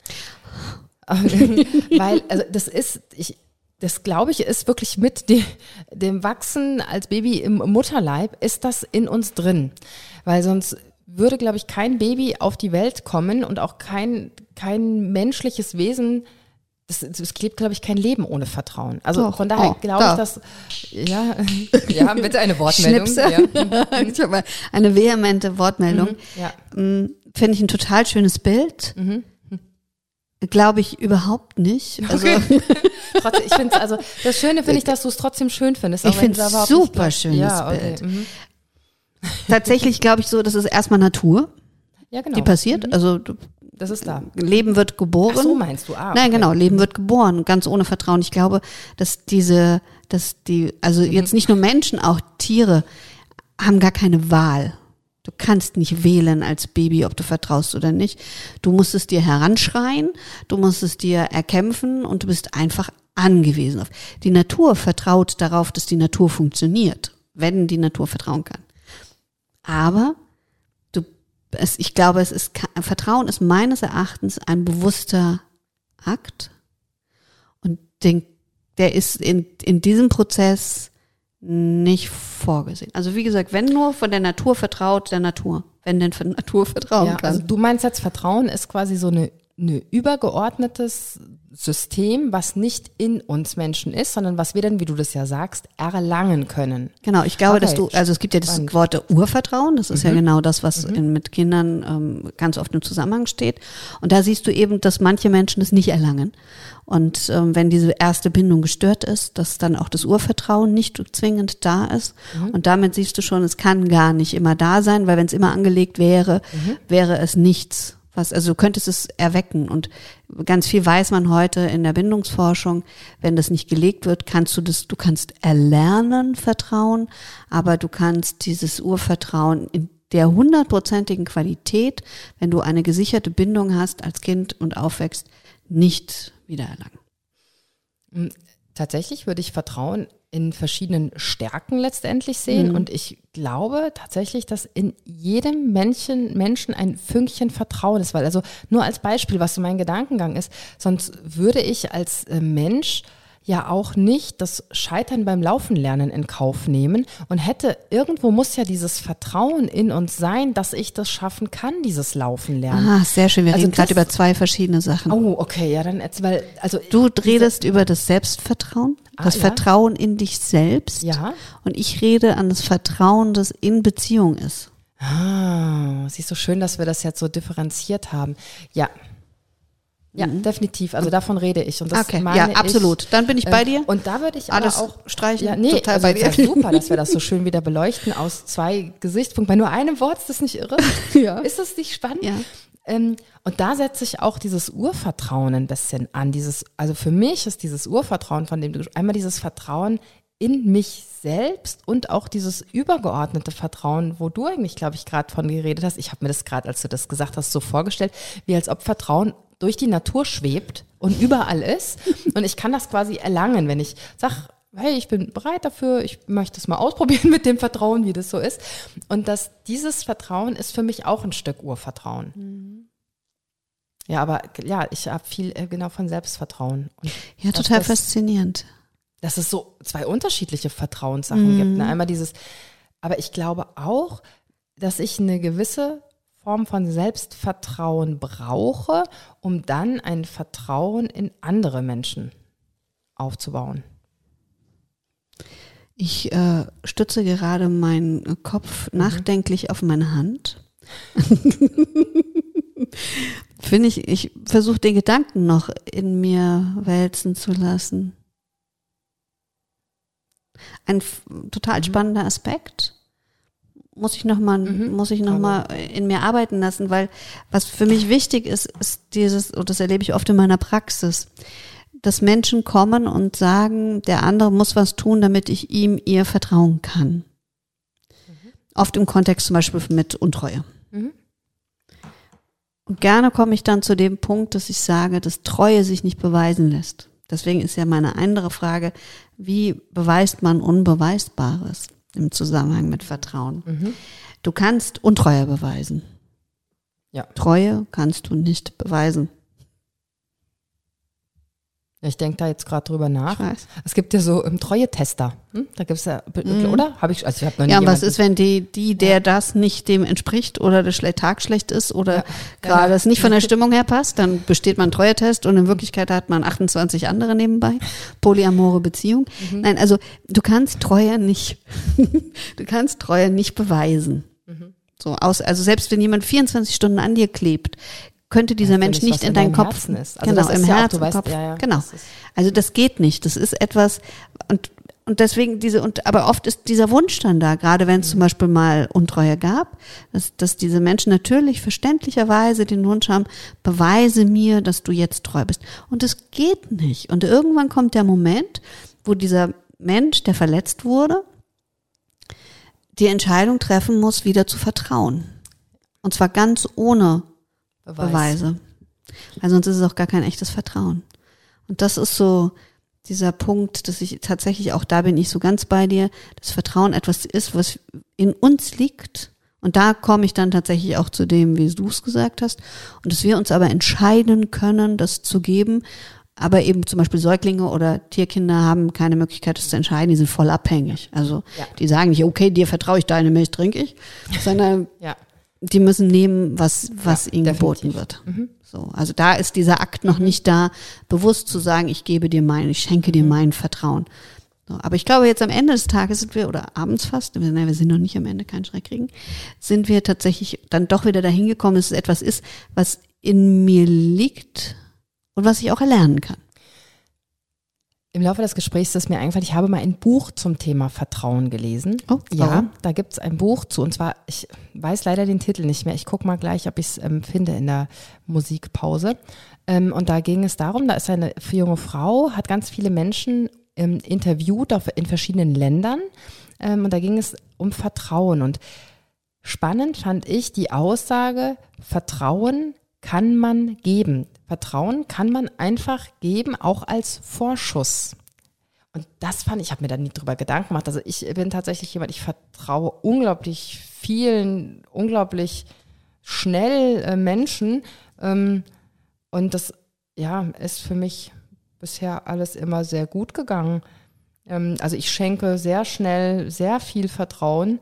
Weil, also das glaube ich, ist wirklich mit dem Wachsen als Baby im Mutterleib, ist das in uns drin. Weil sonst würde, glaube ich, kein Baby auf die Welt kommen und auch kein menschliches Wesen, es gibt, glaube ich, kein Leben ohne Vertrauen. Also doch, von daher glaube ich, dass, ja, bitte eine Wortmeldung. Ja. Ich habe eine vehemente Wortmeldung. Finde ich ein total schönes Bild. Glaube ich überhaupt nicht. Also okay. Trotzdem, ich finde also das Schöne finde ich, dass du es trotzdem schön findest. Ich finde es super schönes Bild. Tatsächlich glaube ich so, das ist erstmal Natur, die passiert. Also das ist da. Leben wird geboren. Ach so meinst du? Okay. Nein, genau, Leben wird geboren, ganz ohne Vertrauen. Ich glaube, dass jetzt nicht nur Menschen, auch Tiere haben gar keine Wahl. Du kannst nicht wählen als Baby, ob du vertraust oder nicht. Du musst es dir heranschreien, du musst es dir erkämpfen und du bist einfach angewiesen auf. Die Natur vertraut darauf, dass die Natur funktioniert, wenn die Natur vertrauen kann. Aber ich glaube, Vertrauen ist meines Erachtens ein bewusster Akt und der ist in diesem Prozess nicht vorgesehen. Also wie gesagt, wenn nur von der Natur vertraut, der Natur. Wenn denn von Natur vertrauen kann. Also du meinst jetzt, Vertrauen ist quasi so eine übergeordnetes System, was nicht in uns Menschen ist, sondern was wir dann, wie du das ja sagst, erlangen können. Genau, ich glaube, Okay, also es gibt ja das Wort der Urvertrauen, das ist ja genau das, was mit Kindern ganz oft im Zusammenhang steht. Und da siehst du eben, dass manche Menschen es nicht erlangen. Und wenn diese erste Bindung gestört ist, dass dann auch das Urvertrauen nicht zwingend da ist. Und damit siehst du schon, es kann gar nicht immer da sein, weil wenn es immer angelegt wäre, wäre es nichts. Also du könntest es erwecken und ganz viel weiß man heute in der Bindungsforschung, wenn das nicht gelegt wird, du kannst erlernen Vertrauen, aber du kannst dieses Urvertrauen in der 100%igen Qualität, wenn du eine gesicherte Bindung hast als Kind und aufwächst, nicht wiedererlangen. Tatsächlich würde ich Vertrauen in verschiedenen Stärken letztendlich sehen und ich glaube tatsächlich, dass in jedem Menschen ein Fünkchen Vertrauen ist, weil also nur als Beispiel, was so mein Gedankengang ist, sonst würde ich als Mensch ja auch nicht das Scheitern beim Laufen lernen in Kauf nehmen und irgendwo muss ja dieses Vertrauen in uns sein, dass ich das schaffen kann, dieses Laufen lernen. Ah, sehr schön. Wir reden gerade über zwei verschiedene Sachen. Oh, okay, ja, dann also du redest über das Selbstvertrauen, das Vertrauen in dich selbst. Ja. Und ich rede an das Vertrauen, das in Beziehung ist. Siehst du, schön, dass wir das jetzt so differenziert haben. Ja, definitiv. Also davon rede ich. Und das meine ich, absolut. Dann bin ich bei dir. Und da würde ich alles aber auch streichen. Ja, nee, total also bei dir. ist ja super, dass wir das so schön wieder beleuchten aus zwei Gesichtspunkten. Bei nur einem Wort, ist das nicht irre? Ja. Ist das nicht spannend? Ja. Und da setze ich auch dieses Urvertrauen ein bisschen an. Also für mich ist dieses Urvertrauen, von dem du einmal dieses Vertrauen in mich selbst und auch dieses übergeordnete Vertrauen, wo du eigentlich, glaube ich, gerade von geredet hast. Ich habe mir das gerade, als du das gesagt hast, so vorgestellt, wie als ob Vertrauen durch die Natur schwebt und überall ist. Und ich kann das quasi erlangen, wenn ich sage, hey, ich bin bereit dafür, ich möchte es mal ausprobieren mit dem Vertrauen, wie das so ist. Und dieses Vertrauen ist für mich auch ein Stück Urvertrauen. Ja, aber ja, ich habe viel genau von Selbstvertrauen. Und ja, total faszinierend. Dass es so zwei unterschiedliche Vertrauenssachen gibt. Ne? Einmal aber ich glaube auch, dass ich eine gewisse Form von Selbstvertrauen brauche, um dann ein Vertrauen in andere Menschen aufzubauen. Ich stütze gerade meinen Kopf nachdenklich auf meine Hand. Ich versuche den Gedanken noch in mir wälzen zu lassen. Ein total spannender Aspekt. Muss ich noch mal in mir arbeiten lassen, weil was für mich wichtig ist und das erlebe ich oft in meiner Praxis, dass Menschen kommen und sagen, der andere muss was tun, damit ich ihr vertrauen kann. Oft im Kontext zum Beispiel mit Untreue. Und gerne komme ich dann zu dem Punkt, dass ich sage, dass Treue sich nicht beweisen lässt. Deswegen ist ja meine andere Frage, wie beweist man Unbeweisbares im Zusammenhang mit Vertrauen? Du kannst Untreue beweisen. Ja. Treue kannst du nicht beweisen. Ja, ich denke da jetzt gerade drüber nach. Ich weiß. Es gibt ja so Treue-Tester. Da gibt es ja, oder? Ich habe noch nie Ja, und was ist, wenn der das nicht dem entspricht oder der Tag schlecht ist oder gerade es nicht von der Stimmung her passt, dann besteht man einen Treue-Test und in Wirklichkeit hat man 28 andere nebenbei. Polyamore Beziehung. Nein, also du kannst Treue nicht beweisen. Also selbst wenn jemand 24 Stunden an dir klebt, könnte dieser Mensch nicht in deinen Kopf. Ist. Also genau, im Herzen, im Kopf. Ja, genau. Also das geht nicht. Das ist etwas und deswegen aber oft ist dieser Wunsch dann da, gerade wenn es zum Beispiel mal Untreue gab, dass diese Menschen natürlich verständlicherweise den Wunsch haben, beweise mir, dass du jetzt treu bist. Und das geht nicht. Und irgendwann kommt der Moment, wo dieser Mensch, der verletzt wurde, die Entscheidung treffen muss, wieder zu vertrauen. Und zwar ganz ohne Beweise. Weil sonst ist es auch gar kein echtes Vertrauen. Und das ist so dieser Punkt, dass ich tatsächlich, auch da bin ich so ganz bei dir, dass Vertrauen etwas ist, was in uns liegt. Und da komme ich dann tatsächlich auch zu dem, wie du es gesagt hast. Und dass wir uns aber entscheiden können, das zu geben. Aber eben zum Beispiel Säuglinge oder Tierkinder haben keine Möglichkeit, das zu entscheiden. Die sind voll abhängig. Also die sagen nicht, okay, dir vertraue ich, deine Milch trinke ich, sondern die müssen nehmen, was ihnen geboten wird. So, also da ist dieser Akt noch nicht da, bewusst zu sagen, ich gebe dir ich schenke dir mein Vertrauen. So, aber ich glaube, jetzt am Ende des Tages sind wir, oder abends fast, wir sind noch nicht am Ende, keinen Schreck kriegen, sind wir tatsächlich dann doch wieder dahin gekommen, dass es etwas ist, was in mir liegt und was ich auch erlernen kann. Im Laufe des Gesprächs ist mir eingefallen, ich habe mal ein Buch zum Thema Vertrauen gelesen. Oh, ja, da gibt es ein Buch zu, und zwar, ich weiß leider den Titel nicht mehr, ich gucke mal gleich, ob ich es finde in der Musikpause. Und da ging es darum, da ist eine junge Frau, hat ganz viele Menschen interviewt in verschiedenen Ländern, und da ging es um Vertrauen. Und spannend fand ich die Aussage, Vertrauen kann man geben. Vertrauen kann man einfach geben, auch als Vorschuss. Und das fand ich, habe mir da nie drüber Gedanken gemacht. Also ich bin tatsächlich jemand, ich vertraue unglaublich vielen, unglaublich schnell Menschen. Und das ist für mich bisher alles immer sehr gut gegangen. Also ich schenke sehr schnell sehr viel Vertrauen.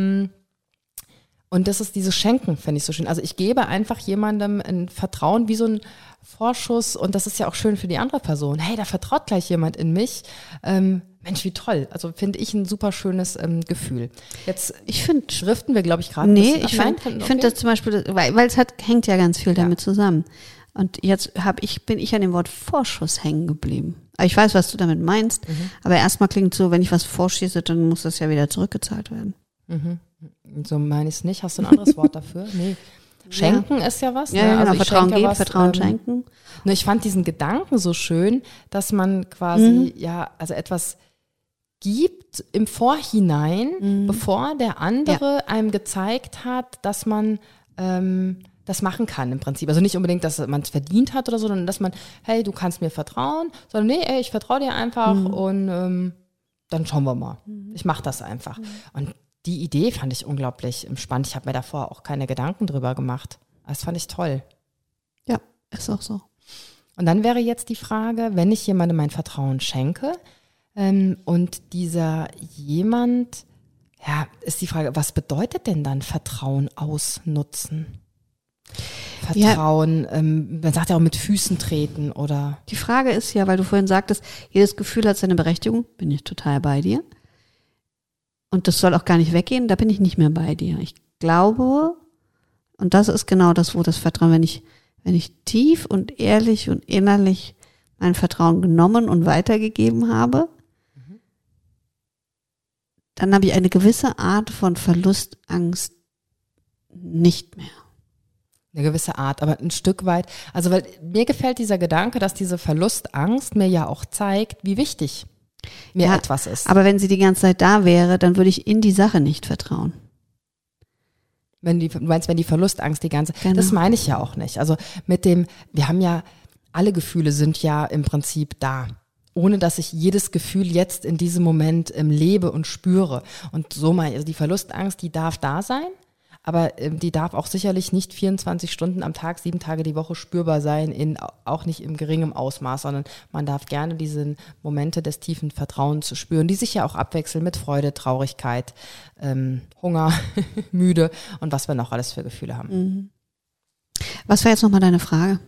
Und das ist dieses Schenken, finde ich so schön. Also ich gebe einfach jemandem ein Vertrauen wie so ein Vorschuss, und das ist ja auch schön für die andere Person. Hey, da vertraut gleich jemand in mich. Mensch, wie toll. Also finde ich ein super schönes Gefühl. Jetzt schriften wir, glaube ich, gerade. Nee, ich finde das zum Beispiel, weil es hängt ja ganz viel damit zusammen. Und jetzt bin ich an dem Wort Vorschuss hängen geblieben. Aber ich weiß, was du damit meinst. Aber erstmal klingt so, wenn ich was vorschieße, dann muss das ja wieder zurückgezahlt werden. So meine ich es nicht. Hast du ein anderes Wort dafür? Nee. Schenken ist ja was. Ja, ne? genau, Also Vertrauen geben, Vertrauen schenken. Ich fand diesen Gedanken so schön, dass man quasi also etwas gibt im Vorhinein, bevor der andere einem gezeigt hat, dass man das machen kann im Prinzip. Also nicht unbedingt, dass man es verdient hat oder so, sondern dass man, hey, du kannst mir vertrauen, sondern nee, ich vertraue dir einfach und dann schauen wir mal. Ich mache das einfach. Und die Idee fand ich unglaublich spannend. Ich habe mir davor auch keine Gedanken drüber gemacht. Das fand ich toll. Ja, ist auch so. Und dann wäre jetzt die Frage, wenn ich jemandem mein Vertrauen schenke und dieser jemand, ist die Frage, was bedeutet denn dann Vertrauen ausnutzen? Vertrauen, man sagt ja auch mit Füßen treten oder. Die Frage ist ja, weil du vorhin sagtest, jedes Gefühl hat seine Berechtigung, bin ich total bei dir. Und das soll auch gar nicht weggehen, da bin ich nicht mehr bei dir. Ich glaube, und das ist genau das, wo das Vertrauen, wenn ich tief und ehrlich und innerlich mein Vertrauen genommen und weitergegeben habe, dann habe ich eine gewisse Art von Verlustangst nicht mehr. Eine gewisse Art, aber ein Stück weit. Also weil mir gefällt dieser Gedanke, dass diese Verlustangst mir ja auch zeigt, wie wichtig mir etwas ist. Aber wenn sie die ganze Zeit da wäre, dann würde ich in die Sache nicht vertrauen. Du meinst, wenn die Verlustangst die ganze, genau. Das meine ich ja auch nicht. Also wir haben ja, alle Gefühle sind ja im Prinzip da. Ohne dass ich jedes Gefühl jetzt in diesem Moment lebe und spüre. Und so meine ich, also die Verlustangst, die darf da sein. Aber die darf auch sicherlich nicht 24 Stunden am Tag, 7 Tage die Woche spürbar sein, auch nicht im geringen Ausmaß, sondern man darf gerne diese Momente des tiefen Vertrauens spüren, die sich ja auch abwechseln mit Freude, Traurigkeit, Hunger, müde und was wir noch alles für Gefühle haben. Was war jetzt nochmal deine Frage?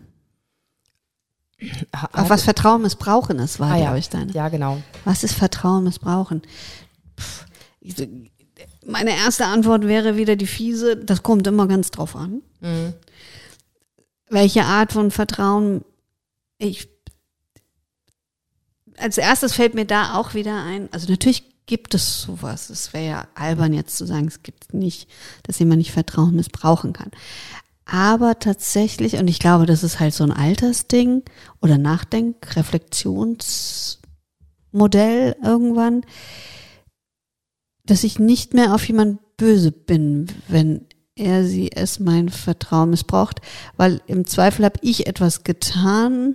Auf was Vertrauen missbrauchen ist, war glaube ich deine. Ja, genau. Was ist Vertrauen missbrauchen? Meine erste Antwort wäre wieder die fiese, das kommt immer ganz drauf an. Welche Art von Vertrauen als erstes fällt mir da auch wieder ein, also natürlich gibt es sowas, es wäre ja albern jetzt zu sagen, es gibt nicht, dass jemand nicht Vertrauen missbrauchen kann. Aber tatsächlich, und ich glaube, das ist halt so ein Altersding oder Reflexionsmodell irgendwann, dass ich nicht mehr auf jemanden böse bin, wenn es mein Vertrauen missbraucht, weil im Zweifel habe ich etwas getan.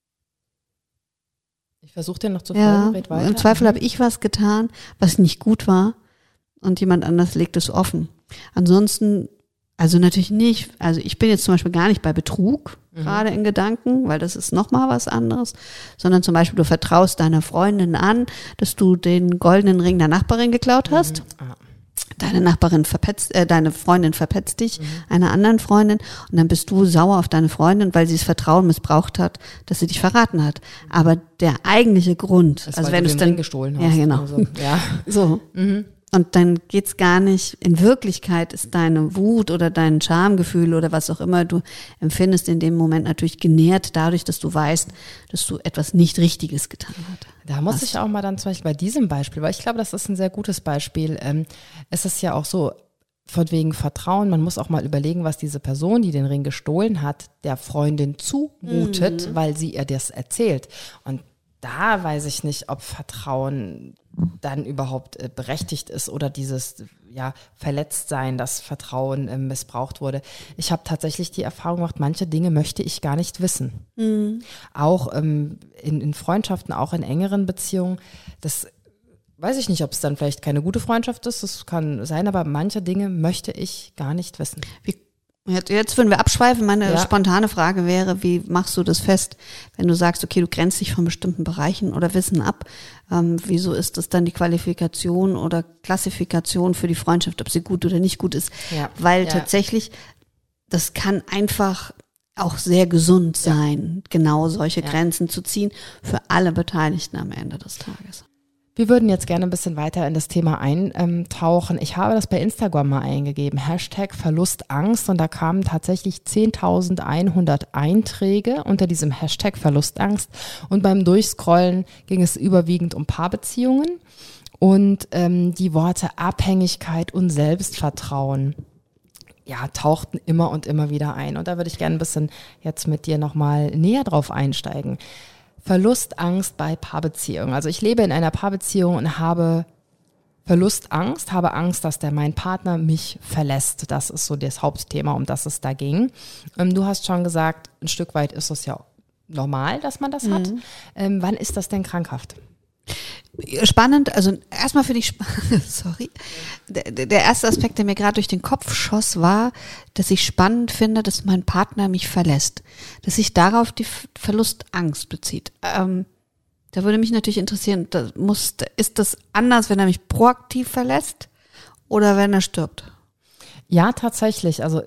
Ich versuche dir noch zu folgen, red weiter. Im Zweifel habe ich was getan, was nicht gut war und jemand anders legt es offen. Ansonsten Also natürlich nicht, also ich bin jetzt zum Beispiel gar nicht bei Betrug gerade in Gedanken, weil das ist nochmal was anderes, sondern zum Beispiel du vertraust deiner Freundin an, dass du den goldenen Ring der Nachbarin geklaut hast. Deine Freundin verpetzt dich, einer anderen Freundin, und dann bist du sauer auf deine Freundin, weil sie das Vertrauen missbraucht hat, dass sie dich verraten hat. Aber der eigentliche Grund, Das, also weil wenn du du es den dann Ring gestohlen hast. ja, genau. Also, ja. So. Und dann geht's gar nicht, in Wirklichkeit ist deine Wut oder dein Schamgefühl oder was auch immer du empfindest in dem Moment natürlich genährt dadurch, dass du weißt, dass du etwas nicht Richtiges getan hast. Da muss ich auch mal dann zum Beispiel bei diesem Beispiel, weil ich glaube, das ist ein sehr gutes Beispiel. Es ist ja auch so, von wegen Vertrauen, man muss auch mal überlegen, was diese Person, die den Ring gestohlen hat, der Freundin zumutet, weil sie ihr das erzählt. Und da weiß ich nicht, ob Vertrauen dann überhaupt berechtigt ist oder dieses Verletztsein, dass Vertrauen missbraucht wurde. Ich habe tatsächlich die Erfahrung gemacht, manche Dinge möchte ich gar nicht wissen. Auch in Freundschaften, auch in engeren Beziehungen. Das weiß ich nicht, ob es dann vielleicht keine gute Freundschaft ist, das kann sein, aber manche Dinge möchte ich gar nicht wissen. Jetzt würden wir abschweifen. Meine spontane Frage wäre, wie machst du das fest, wenn du sagst, okay, du grenzt dich von bestimmten Bereichen oder Wissen ab? Wieso ist das dann die Qualifikation oder Klassifikation für die Freundschaft, ob sie gut oder nicht gut ist? Ja. Weil tatsächlich, das kann einfach auch sehr gesund sein, genau solche Grenzen zu ziehen für alle Beteiligten am Ende des Tages. Wir würden jetzt gerne ein bisschen weiter in das Thema eintauchen. Ich habe das bei Instagram mal eingegeben, #Verlustangst, und da kamen tatsächlich 10.100 Einträge unter diesem Hashtag Verlustangst, und beim Durchscrollen ging es überwiegend um Paarbeziehungen und die Worte Abhängigkeit und Selbstvertrauen tauchten immer und immer wieder ein, und da würde ich gerne ein bisschen jetzt mit dir nochmal näher drauf einsteigen. Verlustangst bei Paarbeziehungen. Also ich lebe in einer Paarbeziehung und habe Verlustangst, habe Angst, dass mein Partner mich verlässt. Das ist so das Hauptthema, um das es da ging. Du hast schon gesagt, ein Stück weit ist es ja normal, dass man das hat. Wann ist das denn krankhaft? Spannend, also erstmal finde ich spannend, sorry. Der erste Aspekt, der mir gerade durch den Kopf schoss, war, dass ich spannend finde, dass mein Partner mich verlässt. Dass sich darauf die Verlustangst bezieht. Da würde mich natürlich interessieren, ist das anders, wenn er mich proaktiv verlässt oder wenn er stirbt? Ja, tatsächlich. Also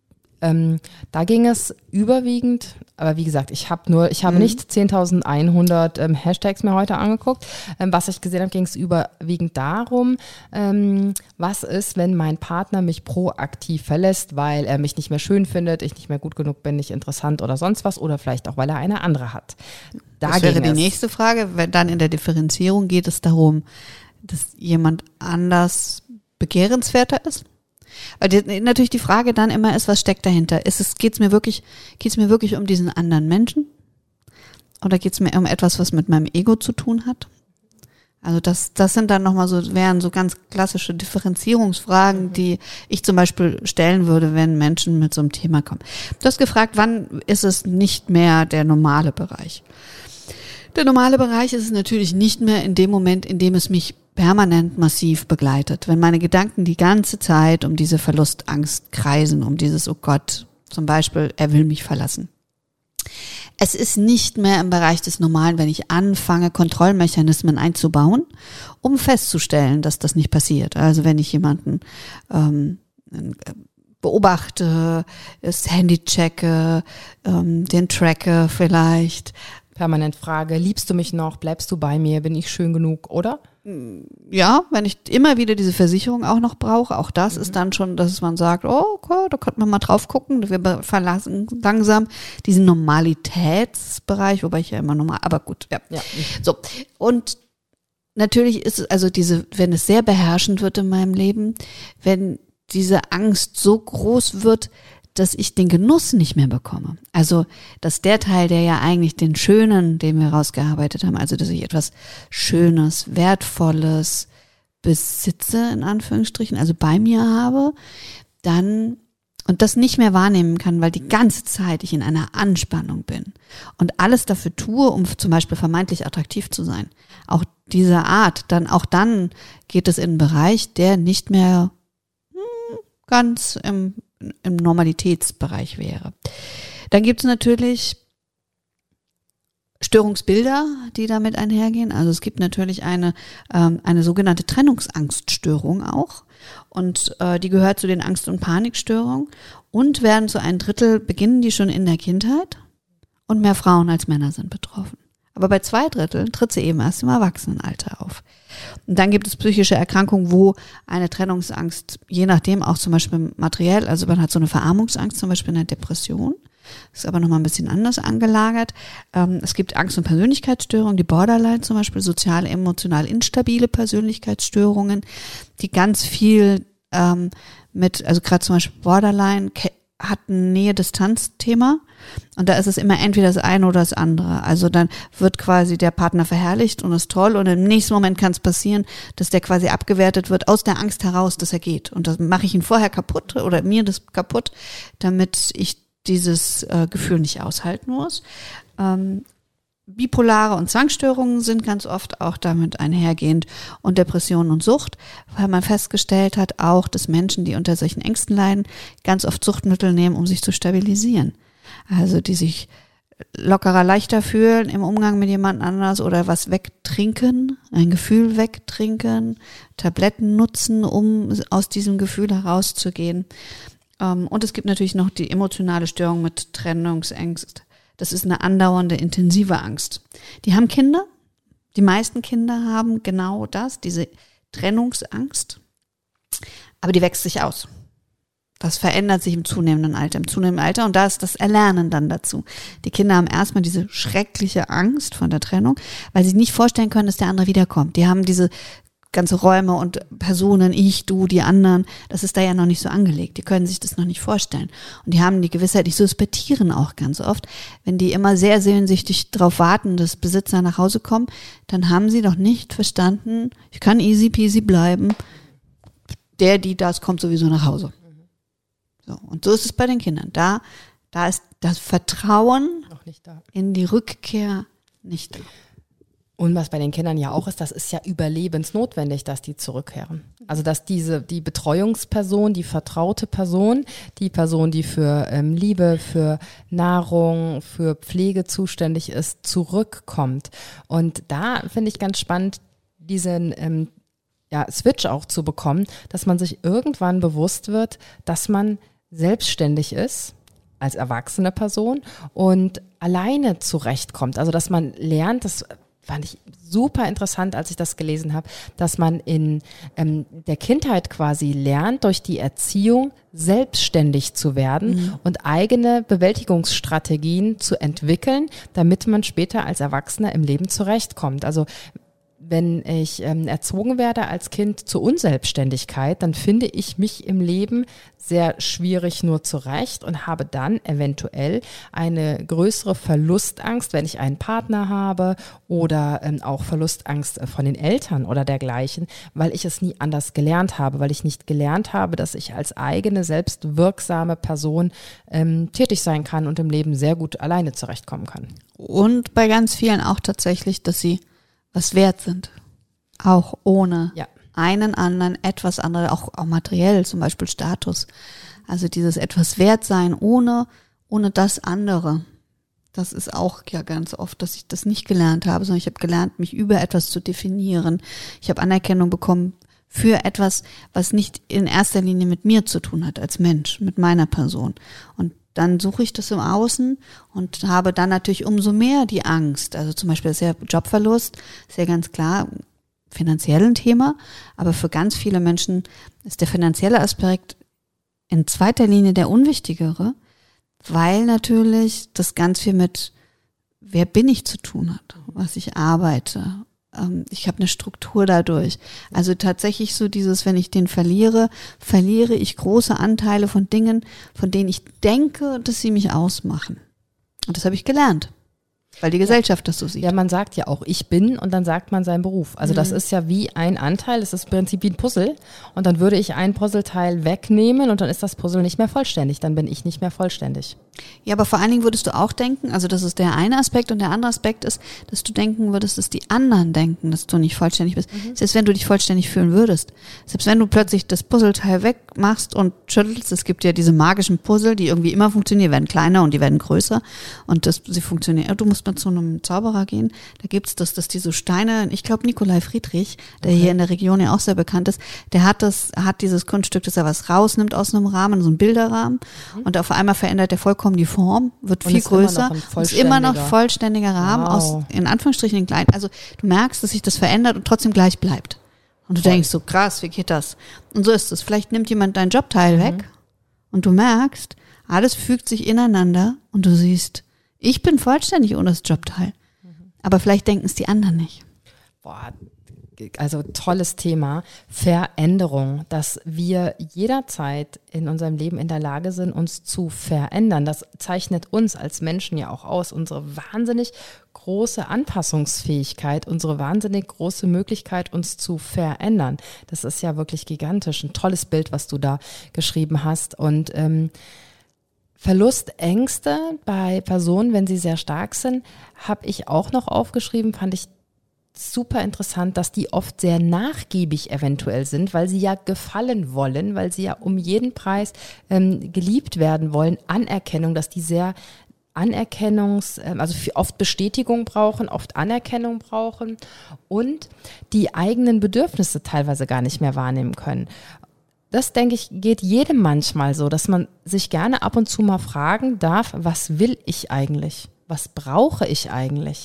da ging es überwiegend, aber wie gesagt, ich habe nicht 10.100 Hashtags mir heute angeguckt. Was ich gesehen habe, ging es überwiegend darum, was ist, wenn mein Partner mich proaktiv verlässt, weil er mich nicht mehr schön findet, ich nicht mehr gut genug bin, nicht interessant oder sonst was, oder vielleicht auch, weil er eine andere hat. Das wäre die nächste Frage. Wenn dann in der Differenzierung geht es darum, dass jemand anders begehrenswerter ist? Weil natürlich die Frage dann immer ist, was steckt dahinter? Geht's mir wirklich um diesen anderen Menschen? Oder geht's mir um etwas, was mit meinem Ego zu tun hat? Also das sind dann wären so ganz klassische Differenzierungsfragen, die ich zum Beispiel stellen würde, wenn Menschen mit so einem Thema kommen. Du hast gefragt, wann ist es nicht mehr der normale Bereich? Der normale Bereich ist es natürlich nicht mehr in dem Moment, in dem es mich permanent massiv begleitet. Wenn meine Gedanken die ganze Zeit um diese Verlustangst kreisen, um dieses, oh Gott, zum Beispiel, er will mich verlassen. Es ist nicht mehr im Bereich des Normalen, wenn ich anfange, Kontrollmechanismen einzubauen, um festzustellen, dass das nicht passiert. Also wenn ich jemanden beobachte, das Handy checke, den tracke vielleicht. Permanent frage, liebst du mich noch, bleibst du bei mir, bin ich schön genug, oder? Ja, wenn ich immer wieder diese Versicherung auch noch brauche, auch das ist dann schon, dass man sagt, oh, okay, da könnte man mal drauf gucken, wir verlassen langsam diesen Normalitätsbereich, wobei ich ja immer normal, aber gut, ja. So, und natürlich ist es, also wenn es sehr beherrschend wird in meinem Leben, wenn diese Angst so groß wird, dass ich den Genuss nicht mehr bekomme. Also, dass der Teil, der ja eigentlich den Schönen, den wir rausgearbeitet haben, also dass ich etwas Schönes, Wertvolles besitze, in Anführungsstrichen, also bei mir habe, dann und das nicht mehr wahrnehmen kann, weil die ganze Zeit ich in einer Anspannung bin und alles dafür tue, um zum Beispiel vermeintlich attraktiv zu sein. Auch diese Art, dann geht es in einen Bereich, der nicht mehr ganz im im Normalitätsbereich wäre. Dann gibt es natürlich Störungsbilder, die damit einhergehen. Also es gibt natürlich eine sogenannte Trennungsangststörung auch. Und die gehört zu den Angst- und Panikstörungen und werden zu einem Drittel, beginnen die schon in der Kindheit und mehr Frauen als Männer sind betroffen. Aber bei 2 Dritteln tritt sie eben erst im Erwachsenenalter auf. Und dann gibt es psychische Erkrankungen, wo eine Trennungsangst, je nachdem auch zum Beispiel materiell, also man hat so eine Verarmungsangst, zum Beispiel eine Depression, ist aber nochmal ein bisschen anders angelagert. Es gibt Angst- und Persönlichkeitsstörungen, die Borderline zum Beispiel, sozial, emotional instabile Persönlichkeitsstörungen, die ganz viel also gerade zum Beispiel Borderline hat ein Nähe-Distanz-Thema und da ist es immer entweder das eine oder das andere. Also dann wird quasi der Partner verherrlicht und ist toll und im nächsten Moment kann es passieren, dass der quasi abgewertet wird aus der Angst heraus, dass er geht. Und das mache ich ihn vorher kaputt oder mir das kaputt, damit ich dieses Gefühl nicht aushalten muss. Bipolare und Zwangsstörungen sind ganz oft auch damit einhergehend und Depression und Sucht, weil man festgestellt hat auch, dass Menschen, die unter solchen Ängsten leiden, ganz oft Suchtmittel nehmen, um sich zu stabilisieren. Also die sich lockerer, leichter fühlen im Umgang mit jemand anders oder was wegtrinken, ein Gefühl wegtrinken, Tabletten nutzen, um aus diesem Gefühl herauszugehen. Und es gibt natürlich noch die emotionale Störung mit Trennungsangst. Das ist eine andauernde, intensive Angst. Die haben Kinder. Die meisten Kinder haben genau das, diese Trennungsangst. Aber die wächst sich aus. Das verändert sich im zunehmenden Alter. Und da ist das Erlernen dann dazu. Die Kinder haben erstmal diese schreckliche Angst vor der Trennung, weil sie sich nicht vorstellen können, dass der andere wiederkommt. Die haben diese ganze Räume und Personen, ich, du, die anderen, das ist da ja noch nicht so angelegt. Die können sich das noch nicht vorstellen. Und die haben die Gewissheit, die suspettieren auch ganz oft, wenn die immer sehr sehnsüchtig darauf warten, dass Besitzer nach Hause kommen, dann haben sie doch nicht verstanden, ich kann easy peasy bleiben, das kommt sowieso nach Hause. So, und so ist es bei den Kindern. Da ist das Vertrauen noch nicht da. In die Rückkehr nicht da. Und was bei den Kindern ja auch ist, das ist ja überlebensnotwendig, dass die zurückkehren. Also dass die Betreuungsperson, die vertraute Person, die Person, die für Liebe, für Nahrung, für Pflege zuständig ist, zurückkommt. Und da finde ich ganz spannend, diesen Switch auch zu bekommen, dass man sich irgendwann bewusst wird, dass man selbstständig ist als erwachsene Person und alleine zurechtkommt. Also dass man lernt, das fand ich super interessant, als ich das gelesen habe, dass man in der Kindheit quasi lernt, durch die Erziehung selbstständig zu werden und eigene Bewältigungsstrategien zu entwickeln, damit man später als Erwachsener im Leben zurechtkommt. Also wenn ich erzogen werde als Kind zur Unselbstständigkeit, dann finde ich mich im Leben sehr schwierig nur zurecht und habe dann eventuell eine größere Verlustangst, wenn ich einen Partner habe oder auch Verlustangst von den Eltern oder dergleichen, weil ich es nie anders gelernt habe, weil ich nicht gelernt habe, dass ich als eigene, selbstwirksame Person tätig sein kann und im Leben sehr gut alleine zurechtkommen kann. Und bei ganz vielen auch tatsächlich, dass sie was wert sind, auch ohne einen anderen, etwas anderes, auch materiell, zum Beispiel Status. Also dieses etwas wert sein ohne das andere. Das ist auch ja ganz oft, dass ich das nicht gelernt habe, sondern ich habe gelernt, mich über etwas zu definieren. Ich habe Anerkennung bekommen für etwas, was nicht in erster Linie mit mir zu tun hat als Mensch, mit meiner Person. Und dann suche ich das im Außen und habe dann natürlich umso mehr die Angst. Also zum Beispiel ist ja Jobverlust, ist ja ganz klar finanziell ein Thema, aber für ganz viele Menschen ist der finanzielle Aspekt in zweiter Linie der unwichtigere, weil natürlich das ganz viel mit wer bin ich zu tun hat, was ich arbeite. Ich habe eine Struktur dadurch. Also tatsächlich so dieses, wenn ich den verliere ich große Anteile von Dingen, von denen ich denke, dass sie mich ausmachen. Und das habe ich gelernt, weil die Gesellschaft das so sieht. Ja, man sagt ja auch, ich bin und dann sagt man seinen Beruf. Also das ist ja wie ein Anteil, das ist im Prinzip wie ein Puzzle. Und dann würde ich ein Puzzleteil wegnehmen und dann ist das Puzzle nicht mehr vollständig, dann bin ich nicht mehr vollständig. Ja, aber vor allen Dingen würdest du auch denken, also das ist der eine Aspekt und der andere Aspekt ist, dass du denken würdest, dass die anderen denken, dass du nicht vollständig bist. Selbst wenn du dich vollständig fühlen würdest. Selbst wenn du plötzlich das Puzzleteil wegmachst und schüttelst, es gibt ja diese magischen Puzzle, die irgendwie immer funktionieren, die werden kleiner und die werden größer und sie funktionieren. Du musst mal zu einem Zauberer gehen, da gibt's das, dass die so Steine, ich glaube Nikolai Friedrich, der hier in der Region ja auch sehr bekannt ist, der hat dieses Kunststück, dass er was rausnimmt aus einem Rahmen, so einen Bilderrahmen und auf einmal verändert der vollkommen die Form, wird viel größer, ist immer noch vollständiger Rahmen aus, in Anführungsstrichen in klein. Also du merkst, dass sich das verändert und trotzdem gleich bleibt. Und du denkst so, krass, wie geht das? Und so ist es. Vielleicht nimmt jemand dein Jobteil weg und du merkst, alles fügt sich ineinander und du siehst, ich bin vollständig ohne das Jobteil. Aber vielleicht denken es die anderen nicht. Boah, also tolles Thema, Veränderung, dass wir jederzeit in unserem Leben in der Lage sind, uns zu verändern. Das zeichnet uns als Menschen ja auch aus, unsere wahnsinnig große Anpassungsfähigkeit, unsere wahnsinnig große Möglichkeit, uns zu verändern. Das ist ja wirklich gigantisch, ein tolles Bild, was du da geschrieben hast. Und Verlustängste bei Personen, wenn sie sehr stark sind, habe ich auch noch aufgeschrieben, fand ich super interessant, dass die oft sehr nachgiebig eventuell sind, weil sie ja gefallen wollen, weil sie ja um jeden Preis geliebt werden wollen, Anerkennung, dass die sehr also oft Bestätigung brauchen, oft Anerkennung brauchen und die eigenen Bedürfnisse teilweise gar nicht mehr wahrnehmen können. Das, denke ich, geht jedem manchmal so, dass man sich gerne ab und zu mal fragen darf, was will ich eigentlich? Was brauche ich eigentlich?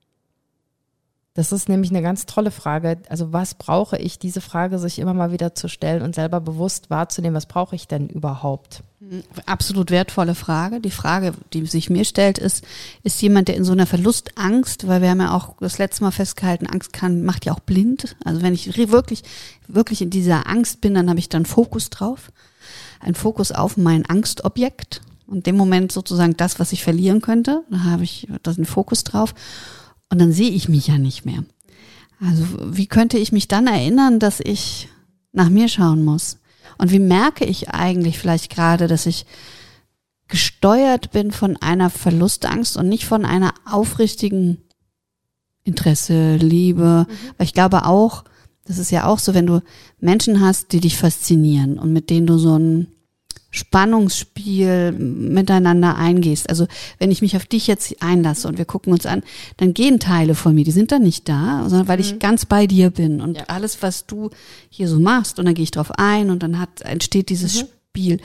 Das ist nämlich eine ganz tolle Frage. Also was brauche ich? Diese Frage sich immer mal wieder zu stellen und selber bewusst wahrzunehmen, was brauche ich denn überhaupt? Absolut wertvolle Frage. Die Frage, die sich mir stellt, ist jemand, der in so einer Verlustangst, weil wir haben ja auch das letzte Mal festgehalten, Angst macht ja auch blind. Also wenn ich wirklich in dieser Angst bin, dann habe ich dann Fokus drauf. Ein Fokus auf mein Angstobjekt. Und in dem Moment sozusagen das, was ich verlieren könnte, da habe ich da einen Fokus drauf. Und dann sehe ich mich ja nicht mehr. Also wie könnte ich mich dann erinnern, dass ich nach mir schauen muss? Und wie merke ich eigentlich vielleicht gerade, dass ich gesteuert bin von einer Verlustangst und nicht von einer aufrichtigen Interesse, Liebe? Weil ich glaube auch, das ist ja auch so, wenn du Menschen hast, die dich faszinieren und mit denen du so ein Spannungsspiel miteinander eingehst. Also wenn ich mich auf dich jetzt einlasse und wir gucken uns an, dann gehen Teile von mir, die sind dann nicht da, sondern weil ich ganz bei dir bin und alles, was du hier so machst und dann gehe ich drauf ein und dann entsteht dieses Spiel.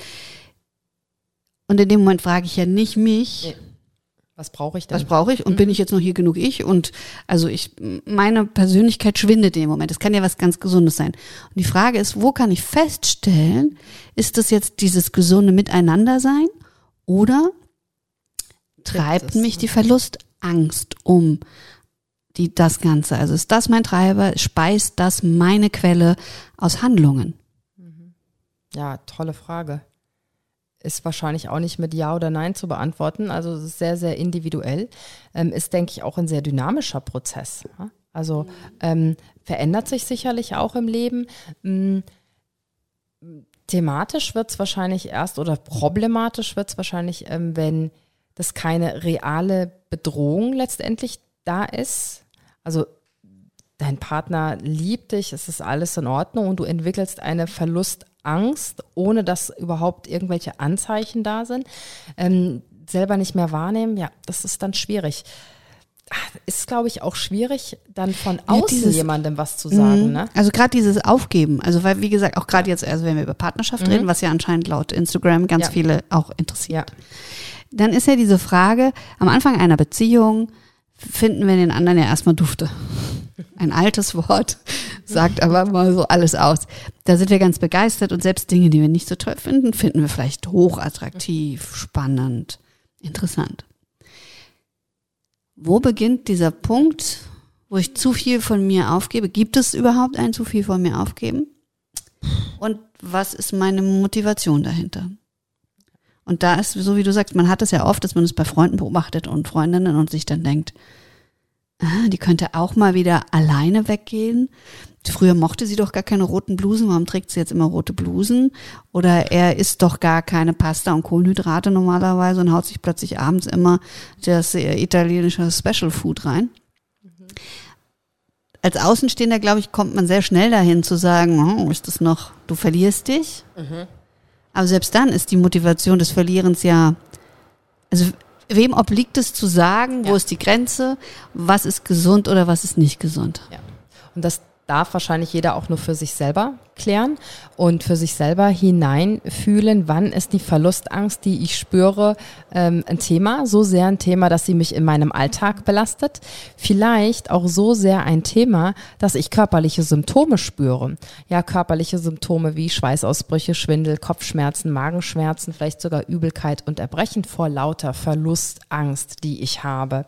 Und in dem Moment frage ich ja nicht mich, was brauche ich denn? Was brauche ich? Und bin ich jetzt noch hier genug ich? Und also meine Persönlichkeit schwindet in dem Moment. Das kann ja was ganz Gesundes sein. Und die Frage ist, wo kann ich feststellen, ist das jetzt dieses gesunde Miteinandersein oder treibt mich die Verlustangst um das Ganze? Also ist das mein Treiber? Speist das meine Quelle aus Handlungen? Ja, tolle Frage. Ist wahrscheinlich auch nicht mit Ja oder Nein zu beantworten. Also es ist sehr, sehr individuell. Ist, denke ich, auch ein sehr dynamischer Prozess. Also verändert sich sicherlich auch im Leben. Thematisch wird es wahrscheinlich erst oder problematisch wird es wahrscheinlich, wenn das keine reale Bedrohung letztendlich da ist. Also dein Partner liebt dich, es ist alles in Ordnung und du entwickelst eine Verlustangst, ohne dass überhaupt irgendwelche Anzeichen da sind, selber nicht mehr wahrnehmen, ja, das ist dann schwierig. Ist, glaube ich, auch schwierig, dann von außen jemandem was zu sagen. Ne? Also gerade dieses Aufgeben, also weil, wie gesagt, auch gerade jetzt, also wenn wir über Partnerschaft reden, was ja anscheinend laut Instagram ganz viele auch interessiert, dann ist ja diese Frage, am Anfang einer Beziehung finden wir den anderen ja erstmal dufte. Ein altes Wort, sagt aber mal so alles aus. Da sind wir ganz begeistert und selbst Dinge, die wir nicht so toll finden, finden wir vielleicht hochattraktiv, spannend, interessant. Wo beginnt dieser Punkt, wo ich zu viel von mir aufgebe? Gibt es überhaupt ein zu viel von mir aufgeben? Und was ist meine Motivation dahinter? Und da ist, so wie du sagst, man hat es ja oft, dass man es bei Freunden beobachtet und Freundinnen und sich dann denkt, Die könnte auch mal wieder alleine weggehen. Früher mochte sie doch gar keine roten Blusen, warum trägt sie jetzt immer rote Blusen? Oder er isst doch gar keine Pasta und Kohlenhydrate normalerweise und haut sich plötzlich abends immer das italienische Special Food rein. Als Außenstehender, glaube ich, kommt man sehr schnell dahin zu sagen, ist das noch, du verlierst dich? Aber selbst dann ist die Motivation des Verlierens ja, also wem obliegt es zu sagen, wo ist die Grenze, was ist gesund oder was ist nicht gesund? Ja. Und das darf wahrscheinlich jeder auch nur für sich selber klären und für sich selber hineinfühlen, wann ist die Verlustangst, die ich spüre, ein Thema, so sehr ein Thema, dass sie mich in meinem Alltag belastet. Vielleicht auch so sehr ein Thema, dass ich körperliche Symptome spüre. Ja, körperliche Symptome wie Schweißausbrüche, Schwindel, Kopfschmerzen, Magenschmerzen, vielleicht sogar Übelkeit und Erbrechen vor lauter Verlustangst, die ich habe.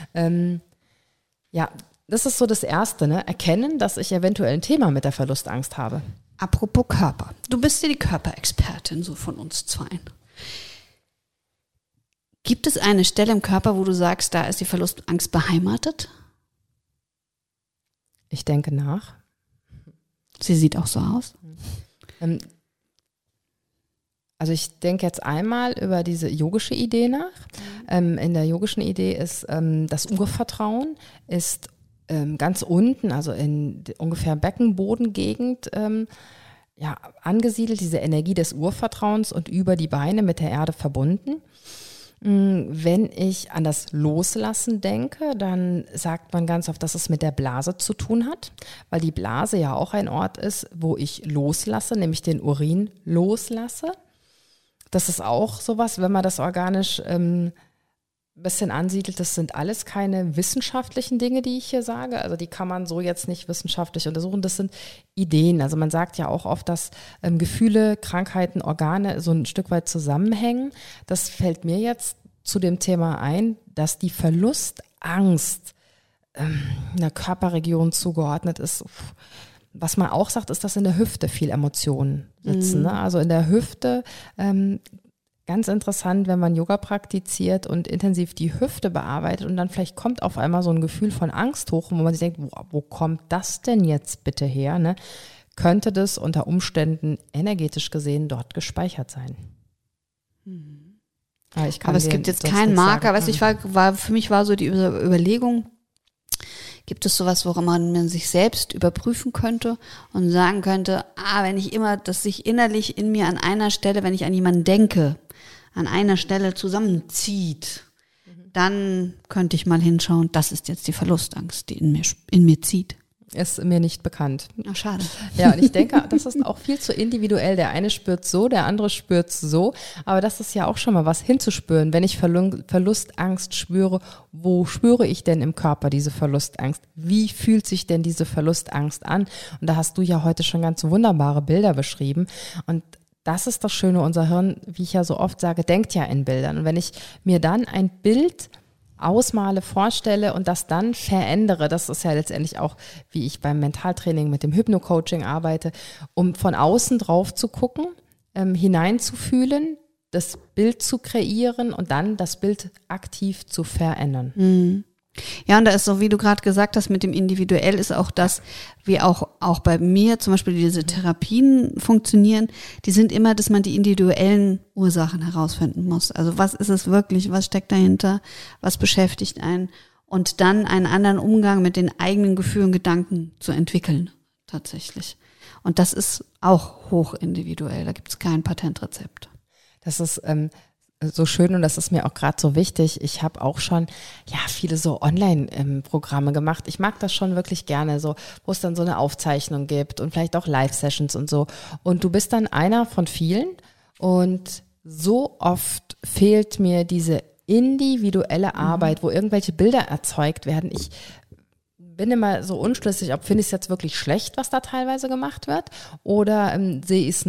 Das ist so das Erste, ne? Erkennen, dass ich eventuell ein Thema mit der Verlustangst habe. Apropos Körper. Du bist ja die Körperexpertin, so von uns zweien. Gibt es eine Stelle im Körper, wo du sagst, da ist die Verlustangst beheimatet? Ich denke nach. Sie sieht auch so aus. Also ich denke jetzt einmal über diese yogische Idee nach. In der yogischen Idee ist das Urvertrauen ist ganz unten, also in ungefähr Beckenbodengegend angesiedelt, diese Energie des Urvertrauens und über die Beine mit der Erde verbunden. Wenn ich an das Loslassen denke, dann sagt man ganz oft, dass es mit der Blase zu tun hat, weil die Blase ja auch ein Ort ist, wo ich loslasse, nämlich den Urin loslasse. Das ist auch sowas, wenn man das organisch ein bisschen ansiedelt, das sind alles keine wissenschaftlichen Dinge, die ich hier sage. Also die kann man so jetzt nicht wissenschaftlich untersuchen. Das sind Ideen. Also man sagt ja auch oft, dass Gefühle, Krankheiten, Organe so ein Stück weit zusammenhängen. Das fällt mir jetzt zu dem Thema ein, dass die Verlustangst einer Körperregion zugeordnet ist. Was man auch sagt, ist, dass in der Hüfte viel Emotionen sitzen. Ne? Also in der Hüfte ganz interessant, wenn man Yoga praktiziert und intensiv die Hüfte bearbeitet und dann vielleicht kommt auf einmal so ein Gefühl von Angst hoch, wo man sich denkt, wo kommt das denn jetzt bitte her? Ne? Könnte das unter Umständen energetisch gesehen dort gespeichert sein? Aber es gibt jetzt keinen Marker. Weißt du, für mich war so die Überlegung, gibt es sowas, woran man sich selbst überprüfen könnte und sagen könnte, wenn ich immer, dass sich innerlich in mir an einer Stelle, wenn ich an jemanden denke, an einer Stelle zusammenzieht, dann könnte ich mal hinschauen, das ist jetzt die Verlustangst, die in mir zieht. Ist mir nicht bekannt. Ach, schade. Ja, und ich denke, das ist auch viel zu individuell. Der eine spürt so, der andere spürt so. Aber das ist ja auch schon mal was hinzuspüren. Wenn ich Verlustangst spüre, wo spüre ich denn im Körper diese Verlustangst? Wie fühlt sich denn diese Verlustangst an? Und da hast du ja heute schon ganz wunderbare Bilder beschrieben. Und das ist das Schöne, unser Hirn, wie ich ja so oft sage, denkt ja in Bildern. Und wenn ich mir dann ein Bild ausmale, vorstelle und das dann verändere, das ist ja letztendlich auch, wie ich beim Mentaltraining mit dem Hypno-Coaching arbeite, um von außen drauf zu gucken, hineinzufühlen, das Bild zu kreieren und dann das Bild aktiv zu verändern. Ja, und da ist so, wie du gerade gesagt hast, mit dem Individuell ist auch das, wie auch bei mir zum Beispiel diese Therapien funktionieren, die sind immer, dass man die individuellen Ursachen herausfinden muss. Also was ist es wirklich, was steckt dahinter, was beschäftigt einen und dann einen anderen Umgang mit den eigenen Gefühlen, Gedanken zu entwickeln, tatsächlich. Und das ist auch hoch individuell, da gibt es kein Patentrezept. Das ist so schön und das ist mir auch gerade so wichtig. Ich habe auch schon viele so Online-Programme gemacht. Ich mag das schon wirklich gerne, so wo es dann so eine Aufzeichnung gibt und vielleicht auch Live-Sessions und so. Und du bist dann einer von vielen und so oft fehlt mir diese individuelle Arbeit, wo irgendwelche Bilder erzeugt werden. Ich bin immer so unschlüssig, ob finde ich es jetzt wirklich schlecht, was da teilweise gemacht wird oder sehe ich es nur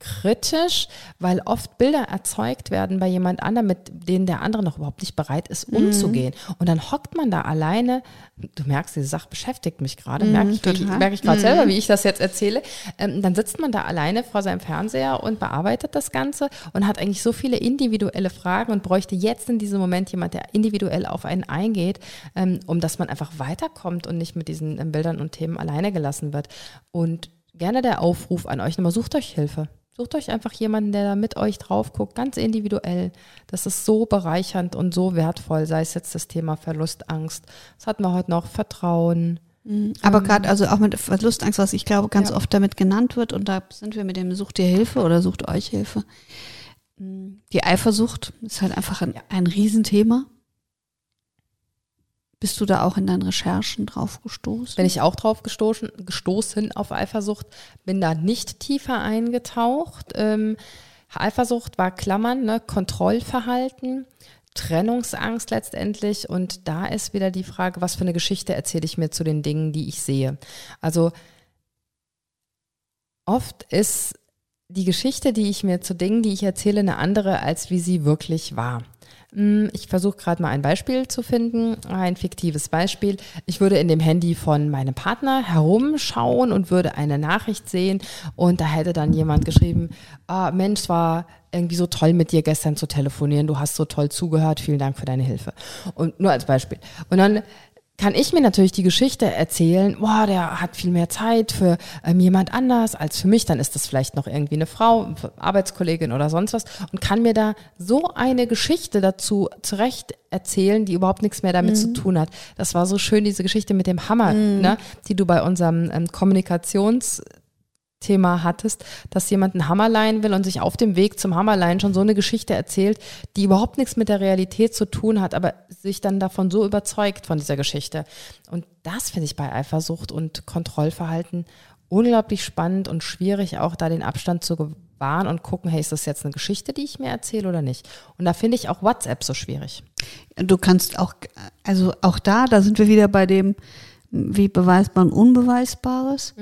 kritisch, weil oft Bilder erzeugt werden bei jemand anderem, mit denen der andere noch überhaupt nicht bereit ist, umzugehen. Und dann hockt man da alleine, du merkst, diese Sache beschäftigt mich gerade, merke ich gerade selber, wie ich das jetzt erzähle, dann sitzt man da alleine vor seinem Fernseher und bearbeitet das Ganze und hat eigentlich so viele individuelle Fragen und bräuchte jetzt in diesem Moment jemand, der individuell auf einen eingeht, um dass man einfach weiterkommt und nicht mit diesen Bildern und Themen alleine gelassen wird. Und gerne der Aufruf an euch, nochmal, sucht euch Hilfe. Sucht euch einfach jemanden, der da mit euch drauf guckt, ganz individuell. Das ist so bereichernd und so wertvoll, sei es jetzt das Thema Verlustangst. Das hatten wir heute noch, Vertrauen. Aber gerade also auch mit Verlustangst, was ich glaube ganz oft damit genannt wird, und da sind wir mit dem sucht ihr Hilfe oder sucht euch Hilfe. Die Eifersucht ist halt einfach ein Riesenthema. Bist du da auch in deinen Recherchen drauf gestoßen? Bin ich auch drauf gestoßen auf Eifersucht, bin da nicht tiefer eingetaucht. Eifersucht war Klammern, ne? Kontrollverhalten, Trennungsangst letztendlich, und da ist wieder die Frage, was für eine Geschichte erzähle ich mir zu den Dingen, die ich sehe. Also oft ist die Geschichte, die ich mir zu Dingen, die ich erzähle, eine andere, als wie sie wirklich war. Ich versuche gerade mal ein Beispiel zu finden, ein fiktives Beispiel. Ich würde in dem Handy von meinem Partner herumschauen und würde eine Nachricht sehen und da hätte dann jemand geschrieben, Mensch, es war irgendwie so toll mit dir gestern zu telefonieren, du hast so toll zugehört, vielen Dank für deine Hilfe. Und nur als Beispiel. Und dann kann ich mir natürlich die Geschichte erzählen, der hat viel mehr Zeit für jemand anders als für mich, dann ist das vielleicht noch irgendwie eine Frau, Arbeitskollegin oder sonst was, und kann mir da so eine Geschichte dazu zurecht erzählen, die überhaupt nichts mehr damit zu tun hat. Das war so schön, diese Geschichte mit dem Hammer, ne, die du bei unserem Kommunikationsthema hattest, dass jemand einen Hammer leihen will und sich auf dem Weg zum Hammerleihen schon so eine Geschichte erzählt, die überhaupt nichts mit der Realität zu tun hat, aber sich dann davon so überzeugt von dieser Geschichte. Und das finde ich bei Eifersucht und Kontrollverhalten unglaublich spannend und schwierig, auch da den Abstand zu gewahren und gucken, hey, ist das jetzt eine Geschichte, die ich mir erzähle oder nicht? Und da finde ich auch WhatsApp so schwierig. Du kannst auch, also auch da sind wir wieder bei dem, wie beweisbar und Unbeweisbares.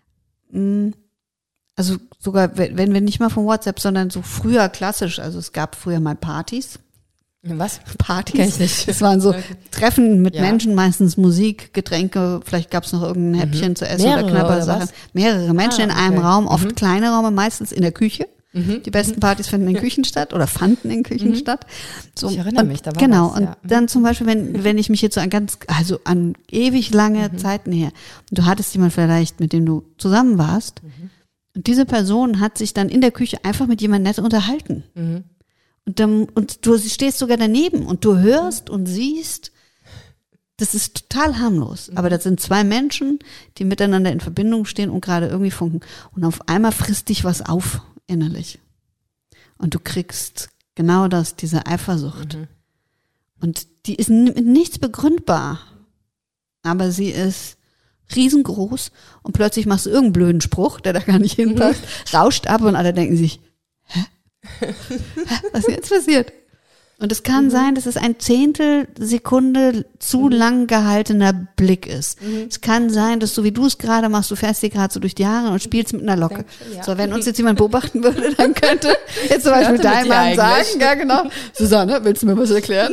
Also sogar, wenn wir nicht mal von WhatsApp, sondern so früher klassisch, also es gab früher mal Partys. Was? Partys. Kenn ich nicht. Das waren so Treffen mit Menschen, meistens Musik, Getränke, vielleicht gab es noch irgendein Häppchen zu essen Mehrere oder Knabbersachen. Mehrere Menschen in einem Raum, oft kleine Räume, meistens in der Küche. Die besten Partys finden in Küchen statt oder fanden in Küchen statt. So, ich erinnere mich, da war genau, was, und ja. dann zum Beispiel, wenn ich mich jetzt so an ewig lange Zeiten her, und du hattest jemand vielleicht, mit dem du zusammen warst, und diese Person hat sich dann in der Küche einfach mit jemandem nett unterhalten. Und du stehst sogar daneben und du hörst und siehst, das ist total harmlos. Aber das sind zwei Menschen, die miteinander in Verbindung stehen und gerade irgendwie funken. Und auf einmal frisst dich was auf innerlich. Und du kriegst genau das, diese Eifersucht. Und die ist mit nichts begründbar. Aber sie ist riesengroß und plötzlich machst du irgendeinen blöden Spruch, der da gar nicht hinpasst, rauscht ab und alle denken sich, hä? Was ist jetzt passiert? Und es kann sein, dass es ein Zehntelsekunde zu lang gehaltener Blick ist. Es kann sein, dass so wie du es gerade machst, du fährst dir gerade so durch die Haare und spielst mit einer Locke. Ja. So, wenn uns jetzt jemand beobachten würde, dann könnte jetzt zum Beispiel dein Mann sagen, ja genau, Susanne, willst du mir was erklären?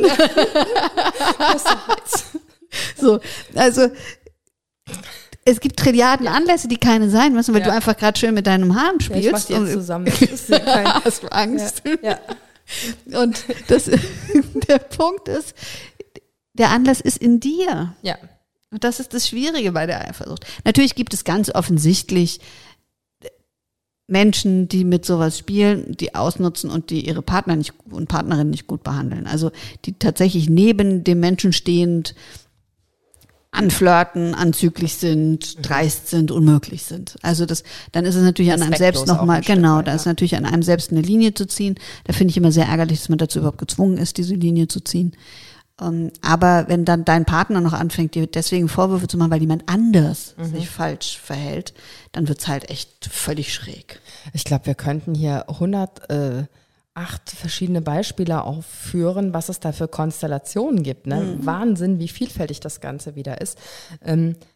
So, also es gibt Trilliarden Anlässe, die keine sein müssen, weil du einfach gerade schön mit deinem Haaren spielst. Ich mach die jetzt zusammen. Das ist ja hast du Angst? Ja. Und der Punkt ist, der Anlass ist in dir. Ja. Und das ist das Schwierige bei der Eifersucht. Natürlich gibt es ganz offensichtlich Menschen, die mit sowas spielen, die ausnutzen und die ihre Partner und Partnerinnen nicht gut behandeln. Also die tatsächlich neben dem Menschen stehend anflirten, anzüglich sind, dreist sind, unmöglich sind. Also dann ist es natürlich an einem selbst nochmal, genau, da ist natürlich an einem selbst eine Linie zu ziehen. Da finde ich immer sehr ärgerlich, dass man dazu überhaupt gezwungen ist, diese Linie zu ziehen. Aber wenn dann dein Partner noch anfängt, dir deswegen Vorwürfe zu machen, weil jemand anders sich falsch verhält, dann wird's halt echt völlig schräg. Ich glaube, wir könnten hier 108 verschiedene Beispiele aufführen, was es da für Konstellationen gibt. Ne? Wahnsinn, wie vielfältig das Ganze wieder ist.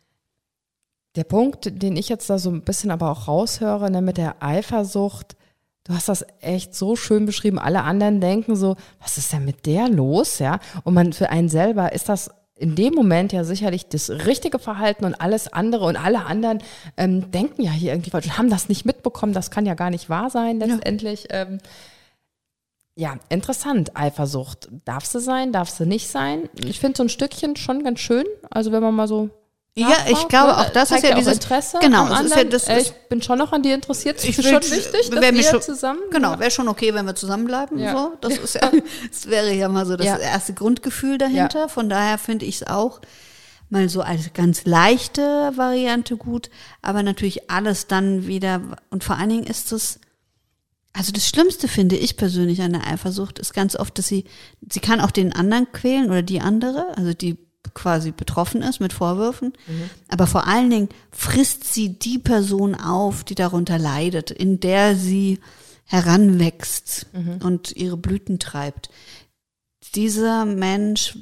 Der Punkt, den ich jetzt da so ein bisschen aber auch raushöre, ne, mit der Eifersucht, Du hast das echt so schön beschrieben. Alle anderen denken so, was ist denn mit der los? Ja? Und man für einen selber ist das in dem Moment ja sicherlich das richtige Verhalten und alles andere und alle anderen denken ja hier irgendwie falsch und haben das nicht mitbekommen. Das kann ja gar nicht wahr sein letztendlich. Ja, interessant. Eifersucht. Darf sie sein, darf sie nicht sein? Ich finde so ein Stückchen schon ganz schön. Also wenn man mal so nachfragt, ich glaube, auch das ist ja dieses Interesse. Genau, am anderen. Ich bin schon noch an dir interessiert. Ich finde schon wichtig, dass wir schon, zusammen. Genau, wäre schon okay, wenn wir zusammenbleiben. Ja. So. Das ist ja, das wäre ja mal so das erste Grundgefühl dahinter. Ja. Von daher finde ich es auch mal so als ganz leichte Variante gut, aber natürlich alles dann wieder, und vor allen Dingen ist es, also das Schlimmste finde ich persönlich an der Eifersucht ist ganz oft, dass sie kann auch den anderen quälen oder die andere, also die quasi betroffen ist mit Vorwürfen, aber vor allen Dingen frisst sie die Person auf, die darunter leidet, in der sie heranwächst und ihre Blüten treibt. Dieser Mensch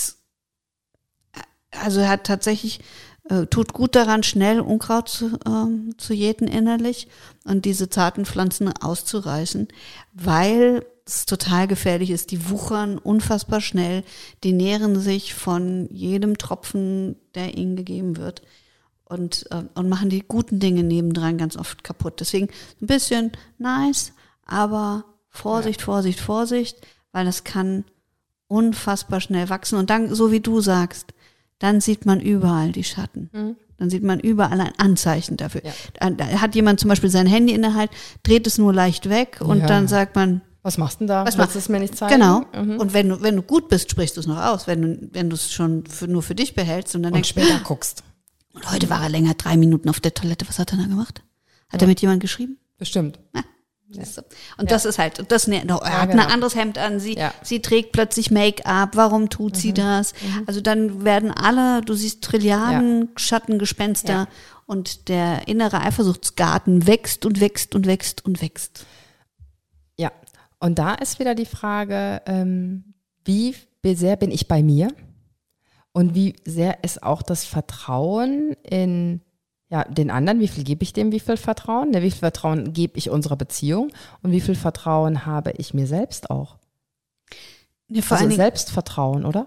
er hat tatsächlich, tut gut daran, schnell Unkraut zu jäten innerlich und diese zarten Pflanzen auszureißen, weil es total gefährlich ist. Die wuchern unfassbar schnell, die nähren sich von jedem Tropfen, der ihnen gegeben wird und machen die guten Dinge nebendran ganz oft kaputt. Deswegen ein bisschen nice, aber Vorsicht, Vorsicht, Vorsicht, weil das kann unfassbar schnell wachsen. Und dann, so wie du sagst, dann sieht man überall die Schatten. Dann sieht man überall ein Anzeichen dafür. Ja. Da hat jemand zum Beispiel sein Handy in der Hand, dreht es nur leicht weg und dann sagt man, was machst du denn da? Willst du es mir nicht zeigen? Genau. Und wenn du gut bist, sprichst du es noch aus. Wenn du es schon nur für dich behältst und dann denkst später guckst. Und heute war er länger 3 Minuten auf der Toilette. Was hat er da gemacht? Hat er mit jemandem geschrieben? Bestimmt. Ja. Und das ist halt, er hat ein anderes Hemd an, sie trägt plötzlich Make-up, warum tut sie das? Also dann werden du siehst Trilliarden Schattengespenster und der innere Eifersuchtsgarten wächst und wächst und wächst und wächst. Ja, und da ist wieder die Frage, wie sehr bin ich bei mir und wie sehr ist auch das Vertrauen in den anderen, wie viel gebe ich dem, wie viel Vertrauen? Wie viel Vertrauen gebe ich unserer Beziehung und wie viel Vertrauen habe ich mir selbst auch? Ja, vor allem Selbstvertrauen, oder?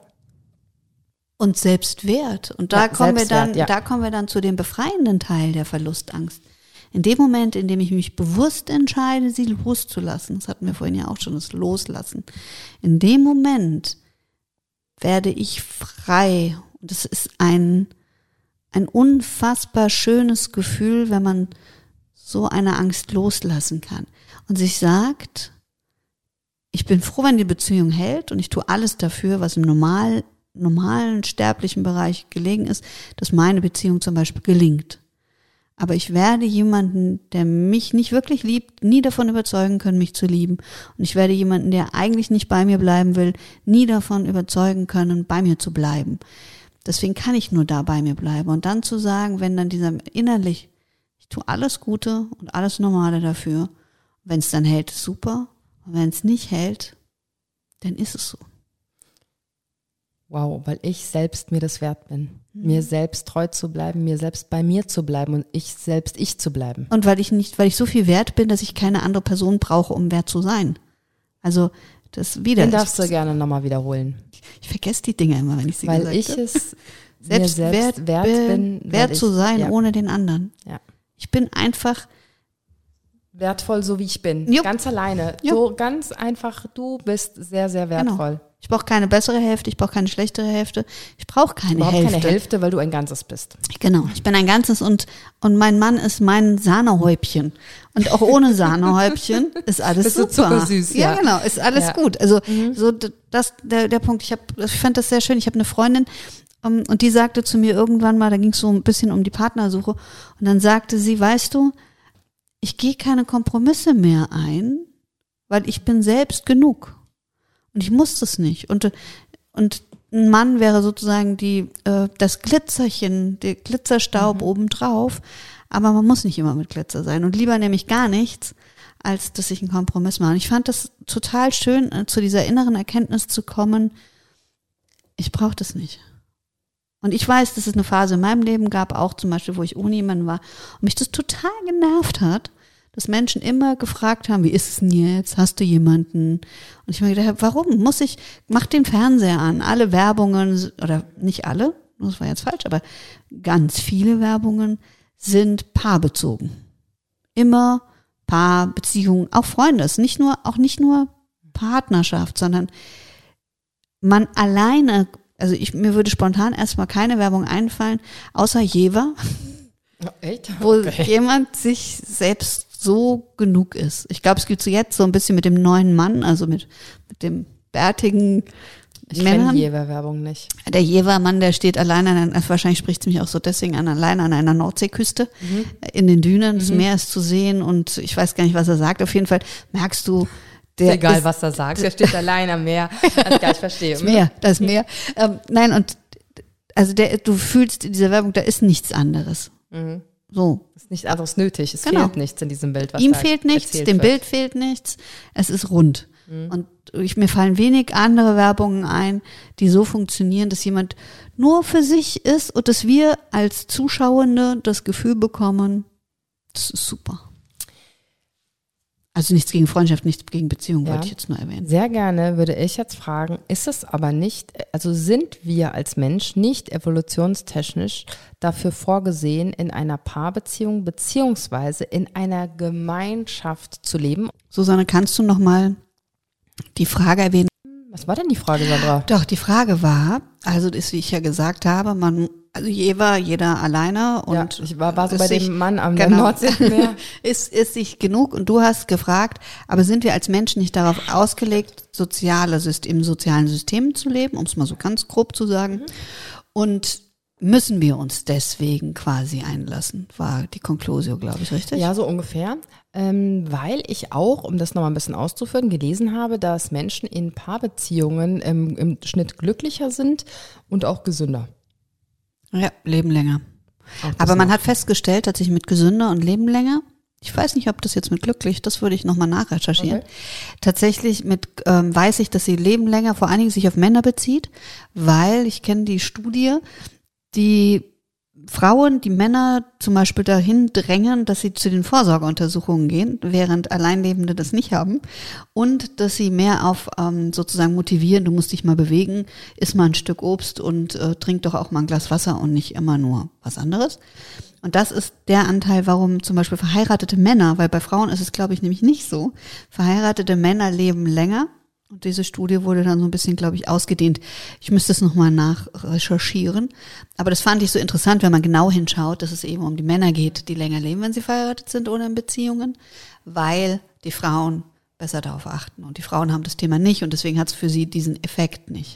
Und Selbstwert. Und da kommen wir dann zu dem befreienden Teil der Verlustangst. In dem Moment, in dem ich mich bewusst entscheide, sie loszulassen, das hatten wir vorhin ja auch schon, das Loslassen, in dem Moment werde ich frei. Und das ist ein unfassbar schönes Gefühl, wenn man so eine Angst loslassen kann und sich sagt, ich bin froh, wenn die Beziehung hält und ich tue alles dafür, was im normalen sterblichen Bereich gelegen ist, dass meine Beziehung zum Beispiel gelingt. Aber ich werde jemanden, der mich nicht wirklich liebt, nie davon überzeugen können, mich zu lieben. Und ich werde jemanden, der eigentlich nicht bei mir bleiben will, nie davon überzeugen können, bei mir zu bleiben. Deswegen kann ich nur da bei mir bleiben. Und dann zu sagen, wenn dann innerlich, ich tue alles Gute und alles Normale dafür. Wenn es dann hält, ist super. Und wenn es nicht hält, dann ist es so. Wow, weil ich selbst mir das wert bin. Mir selbst treu zu bleiben, mir selbst bei mir zu bleiben und ich zu bleiben. Und weil ich so viel wert bin, dass ich keine andere Person brauche, um wert zu sein. Also das wieder. Den darfst du gerne nochmal wiederholen. Ich vergesse die Dinge immer, wenn ich sie gesagt habe. Weil ich es selbst wert bin. Wert zu sein ohne den anderen. Ja. Ich bin einfach wertvoll, so wie ich bin. Jupp. Ganz alleine. Jupp. So ganz einfach, du bist sehr, sehr wertvoll. Genau. Ich brauche keine bessere Hälfte, ich brauche keine schlechtere Hälfte. Ich brauche keine Hälfte, weil du ein Ganzes bist. Genau, ich bin ein Ganzes und mein Mann ist mein Sahnehäubchen. Und auch ohne Sahnehäubchen ist alles bist super. Du zuckersüß, ja, genau, ist alles gut. Also so der Punkt, ich fand das sehr schön. Ich habe eine Freundin und die sagte zu mir irgendwann mal, da ging es so ein bisschen um die Partnersuche und dann sagte sie, weißt du, ich gehe keine Kompromisse mehr ein, weil ich bin selbst genug. Und ich muss das nicht. Und ein Mann wäre sozusagen das Glitzerchen, der Glitzerstaub obendrauf. Aber man muss nicht immer mit Glitzer sein. Und lieber nämlich gar nichts, als dass ich einen Kompromiss mache. Und ich fand das total schön, zu dieser inneren Erkenntnis zu kommen, ich brauche das nicht. Und ich weiß, dass es eine Phase in meinem Leben gab, auch zum Beispiel, wo ich ohne jemanden war, und mich das total genervt hat, dass Menschen immer gefragt haben, wie ist es denn jetzt? Hast du jemanden? Und ich mir gedacht, warum mach den Fernseher an. Alle Werbungen, oder nicht alle, das war jetzt falsch, aber ganz viele Werbungen sind paarbezogen. Immer Paarbeziehungen, auch Freunde, es ist nicht nur Partnerschaft, sondern man alleine, also mir würde spontan erstmal keine Werbung einfallen, außer Jever, echt? wo jemand sich selbst so genug ist. Ich glaube, es gibt so jetzt so ein bisschen mit dem neuen Mann, also mit dem bärtigen Ich Männern. kenne Jever-Werbung nicht. Der Jever-Mann, der steht allein wahrscheinlich spricht es mich auch so deswegen allein an einer Nordseeküste in den Dünen. Das Meer ist zu sehen und ich weiß gar nicht, was er sagt. Auf jeden Fall merkst du, ist egal, was er sagt. Der steht allein am Meer. Ich verstehe. Das Meer. Nein, und also du fühlst in dieser Werbung, da ist nichts anderes. So. Ist nichts anderes nötig. Es Genau. fehlt nichts in diesem Bild. Was Ihm da fehlt nichts, erzählt dem wird. Bild fehlt nichts. Es ist rund. Und mir fallen wenig andere Werbungen ein, die so funktionieren, dass jemand nur für sich ist und dass wir als Zuschauende das Gefühl bekommen, das ist super. Also nichts gegen Freundschaft, nichts gegen Beziehung, wollte ich jetzt nur erwähnen. Sehr gerne würde ich jetzt fragen, ist es aber nicht, also sind wir als Mensch nicht evolutionstechnisch dafür vorgesehen, in einer Paarbeziehung beziehungsweise in einer Gemeinschaft zu leben? Susanne, kannst du noch mal die Frage erwähnen? Was war denn die Frage, Sandra? Doch, die Frage war, also das, wie ich ja gesagt habe, jeder alleine und Ja, ich war so ist bei sich- dem Mann am genau. Nordseemeer. ist sich genug und du hast gefragt, aber sind wir als Menschen nicht darauf ausgelegt, im sozialen System zu leben, um es mal so ganz grob zu sagen, und müssen wir uns deswegen quasi einlassen, war die Conclusio, glaube ich, richtig? Ja, so ungefähr. Weil ich auch, um das nochmal ein bisschen auszuführen, gelesen habe, dass Menschen in Paarbeziehungen im Schnitt glücklicher sind und auch gesünder. Ja, leben länger. Auch Aber das man noch. hat festgestellt, dass sich mit gesünder und leben länger, ich weiß nicht, ob das jetzt mit glücklich, das würde ich nochmal nachrecherchieren. Okay. Tatsächlich weiß ich, dass sie leben länger vor allen Dingen sich auf Männer bezieht, weil ich kenne die Studie, die Frauen, die Männer zum Beispiel dahin drängen, dass sie zu den Vorsorgeuntersuchungen gehen, während Alleinlebende das nicht haben und dass sie mehr auf sozusagen motivieren, du musst dich mal bewegen, iss mal ein Stück Obst und trink doch auch mal ein Glas Wasser und nicht immer nur was anderes. Und das ist der Anteil, warum zum Beispiel verheiratete Männer, weil bei Frauen ist es, glaube ich, nämlich nicht so, verheiratete Männer leben länger. Und diese Studie wurde dann so ein bisschen, glaube ich, ausgedehnt. Ich müsste es nochmal nachrecherchieren. Aber das fand ich so interessant, wenn man genau hinschaut, dass es eben um die Männer geht, die länger leben, wenn sie verheiratet sind oder in Beziehungen, weil die Frauen besser darauf achten. Und die Frauen haben das Thema nicht und deswegen hat es für sie diesen Effekt nicht.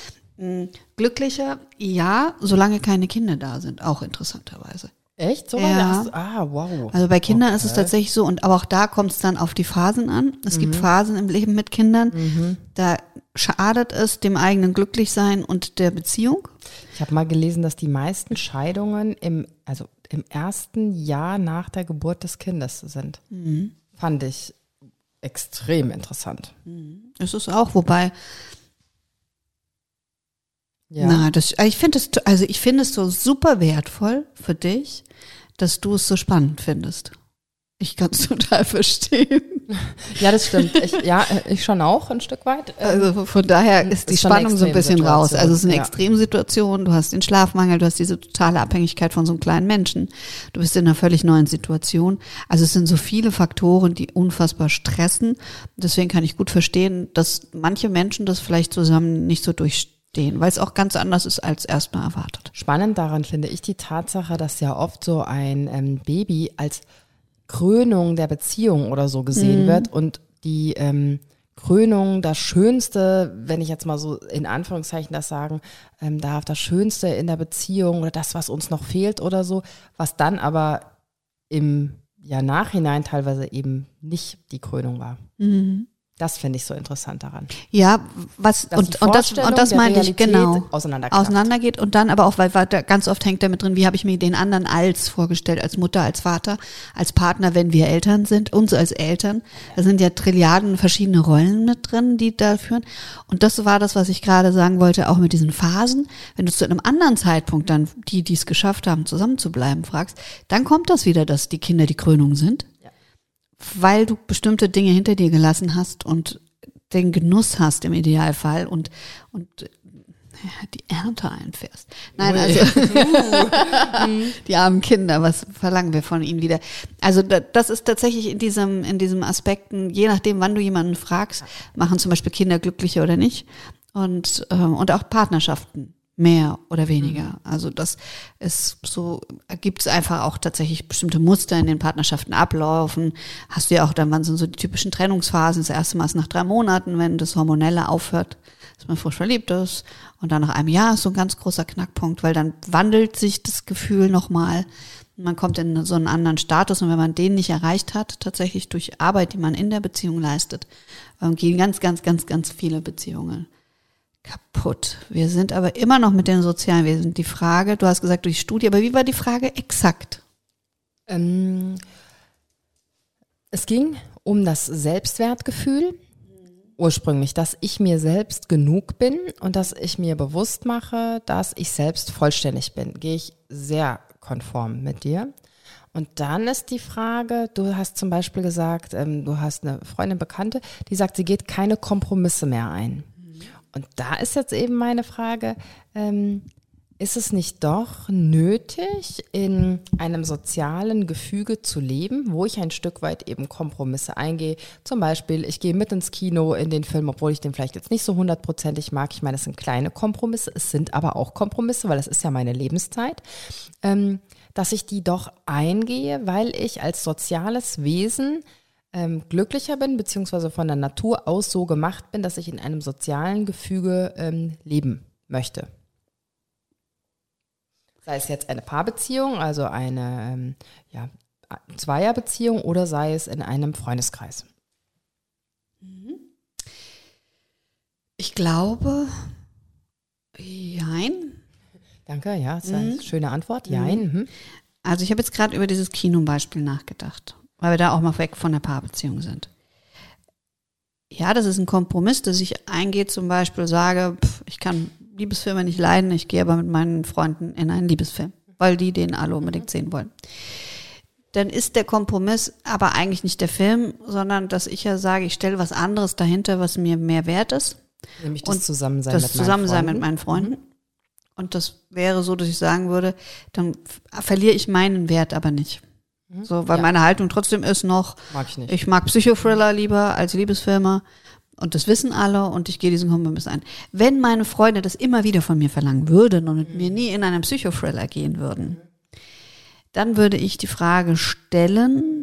Glücklicher, ja, solange keine Kinder da sind, auch interessanterweise. Echt? So Ja. Wow. Also bei Kindern ist es tatsächlich so, und aber auch da kommt es dann auf die Phasen an. Es gibt Phasen im Leben mit Kindern, da schadet es dem eigenen Glücklichsein und der Beziehung. Ich habe mal gelesen, dass die meisten Scheidungen im ersten Jahr nach der Geburt des Kindes sind. Fand ich extrem interessant. Das ist auch, wobei, Ja. ich finde es so super wertvoll für dich, dass du es so spannend findest. Ich kann es total verstehen. Ja, das stimmt. Ich schon auch ein Stück weit. Also von daher ist die Ist schon eine Spannung so ein bisschen raus. Extremsituation, Also es ist eine ja. Extremsituation, du hast den Schlafmangel, du hast diese totale Abhängigkeit von so einem kleinen Menschen. Du bist in einer völlig neuen Situation. Also es sind so viele Faktoren, die unfassbar stressen. Deswegen kann ich gut verstehen, dass manche Menschen das vielleicht zusammen nicht so durchstehen, weil es auch ganz anders ist als erstmal erwartet. Spannend daran finde ich die Tatsache, dass ja oft so ein Baby als Krönung der Beziehung oder so gesehen wird und die Krönung, das Schönste, wenn ich jetzt mal so in Anführungszeichen das sagen darf, das Schönste in der Beziehung oder das, was uns noch fehlt oder so, was dann aber im Nachhinein teilweise eben nicht die Krönung war. Das finde ich so interessant daran. Ja, Dass die und Vorstellung das der meinte ich, Realität genau. auseinandergeht Und dann aber auch, weil da ganz oft hängt damit drin, wie habe ich mir den anderen als vorgestellt, als Mutter, als Vater, als Partner, wenn wir Eltern sind, uns als Eltern. Da sind ja Trilliarden verschiedene Rollen mit drin, die da führen. Und das war das, was ich gerade sagen wollte, auch mit diesen Phasen. Wenn du zu einem anderen Zeitpunkt dann die es geschafft haben, zusammenzubleiben, fragst, dann kommt das wieder, dass die Kinder die Krönung sind. weil du bestimmte Dinge hinter dir gelassen hast und den Genuss hast im Idealfall und die Ernte einfährst. Nein, also die armen Kinder, was verlangen wir von ihnen wieder? Also das ist tatsächlich in diesem Aspekten, je nachdem, wann du jemanden fragst, machen zum Beispiel Kinder glücklicher oder nicht und auch Partnerschaften mehr oder weniger. Also das ist so, gibt es einfach auch tatsächlich bestimmte Muster in den Partnerschaften ablaufen. Hast du ja auch dann, wann sind so die typischen Trennungsphasen, das erste Mal ist nach 3 Monaten, wenn das Hormonelle aufhört, dass man frisch verliebt ist. Und dann nach einem Jahr ist so ein ganz großer Knackpunkt, weil dann wandelt sich das Gefühl nochmal. Man kommt in so einen anderen Status und wenn man den nicht erreicht hat, tatsächlich durch Arbeit, die man in der Beziehung leistet, gehen ganz, ganz, ganz, ganz viele Beziehungen kaputt. Wir sind aber immer noch mit den sozialen Wesen. Die Frage, du hast gesagt durch Studie, aber wie war die Frage exakt? Es ging um das Selbstwertgefühl. Ursprünglich, dass ich mir selbst genug bin und dass ich mir bewusst mache, dass ich selbst vollständig bin. Gehe ich sehr konform mit dir. Und dann ist die Frage, du hast zum Beispiel gesagt, du hast eine Freundin, Bekannte, die sagt, sie geht keine Kompromisse mehr ein. Und da ist jetzt eben meine Frage, ist es nicht doch nötig, in einem sozialen Gefüge zu leben, wo ich ein Stück weit eben Kompromisse eingehe? Zum Beispiel, ich gehe mit ins Kino in den Film, obwohl ich den vielleicht jetzt nicht so 100%ig mag. Ich meine, es sind kleine Kompromisse, es sind aber auch Kompromisse, weil das ist ja meine Lebenszeit, dass ich die doch eingehe, weil ich als soziales Wesen glücklicher bin, beziehungsweise von der Natur aus so gemacht bin, dass ich in einem sozialen Gefüge leben möchte. Sei es jetzt eine Paarbeziehung, also eine Zweierbeziehung oder sei es in einem Freundeskreis. Ich glaube, jein. Danke, ja, das ist eine schöne Antwort. Jein. Also ich habe jetzt gerade über dieses Kinobeispiel nachgedacht, weil wir da auch mal weg von der Paarbeziehung sind. Ja, das ist ein Kompromiss, dass ich eingehe, zum Beispiel sage, ich kann Liebesfilme nicht leiden, ich gehe aber mit meinen Freunden in einen Liebesfilm, weil die den alle unbedingt sehen wollen. Dann ist der Kompromiss aber eigentlich nicht der Film, sondern dass ich ja sage, ich stelle was anderes dahinter, was mir mehr wert ist. Nämlich das Zusammensein mit meinen Freunden. Und das wäre so, dass ich sagen würde, dann verliere ich meinen Wert aber nicht. So, weil meine Haltung trotzdem ist noch, ich mag Psychothriller lieber als Liebesfilme. Und das wissen alle und ich gehe diesen Kompromiss ein. Wenn meine Freunde das immer wieder von mir verlangen würden und mit mir nie in einen Psychothriller gehen würden, dann würde ich die Frage stellen,